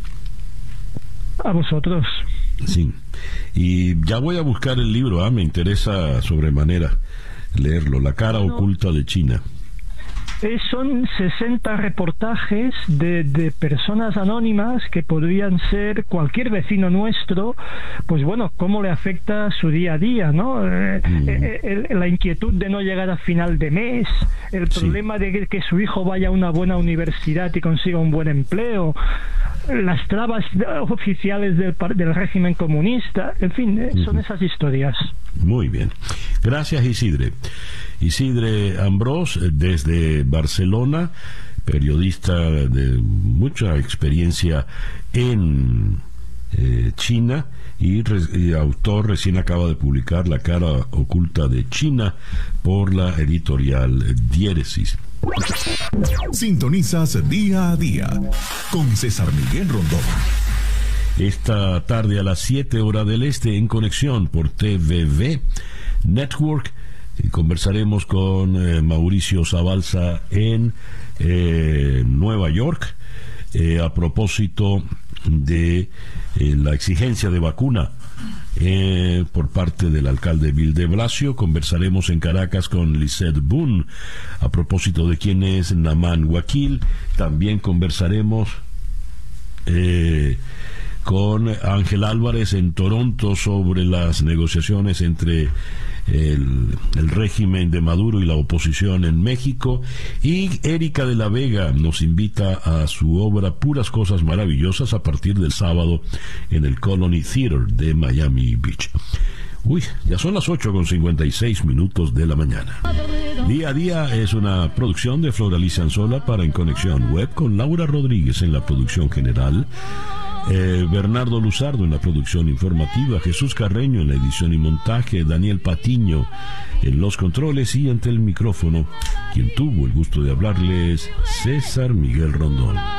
A vosotros. Sí. Y ya voy a buscar el libro, me interesa sobremanera leerlo, La cara oculta de China. Son 60 reportajes de personas anónimas que podrían ser cualquier vecino nuestro, pues bueno, cómo le afecta su día a día, ¿no? La inquietud de no llegar a final de mes, el problema de que su hijo vaya a una buena universidad y consiga un buen empleo, las trabas oficiales del régimen comunista, en fin, son esas historias. Muy bien. Gracias, Isidre. Isidre Ambrós, desde Barcelona, periodista de mucha experiencia en China y autor, recién acaba de publicar La cara oculta de China por la editorial Diéresis. Sintonizas Día a Día con César Miguel Rondón. Esta tarde a las 7 horas del este, en conexión por TVV Network, conversaremos con Mauricio Zabalza en Nueva York a propósito de la exigencia de vacuna por parte del alcalde Bill de Blasio. Conversaremos en Caracas con Lisette Boone a propósito de quién es Naman Wakil. También conversaremos con Ángel Álvarez en Toronto sobre las negociaciones entre el régimen de Maduro y la oposición en México. Y Erika de la Vega nos invita a su obra Puras Cosas Maravillosas a partir del sábado en el Colony Theater de Miami Beach. Ya son las 8:56 de la mañana. Día a Día es una producción de Flor Alicia Anzola para En Conexión Web, con Laura Rodríguez en la producción general, Bernardo Luzardo en la producción informativa, Jesús Carreño en la edición y montaje, Daniel Patiño en los controles, y ante el micrófono, quien tuvo el gusto de hablarles, César Miguel Rondón.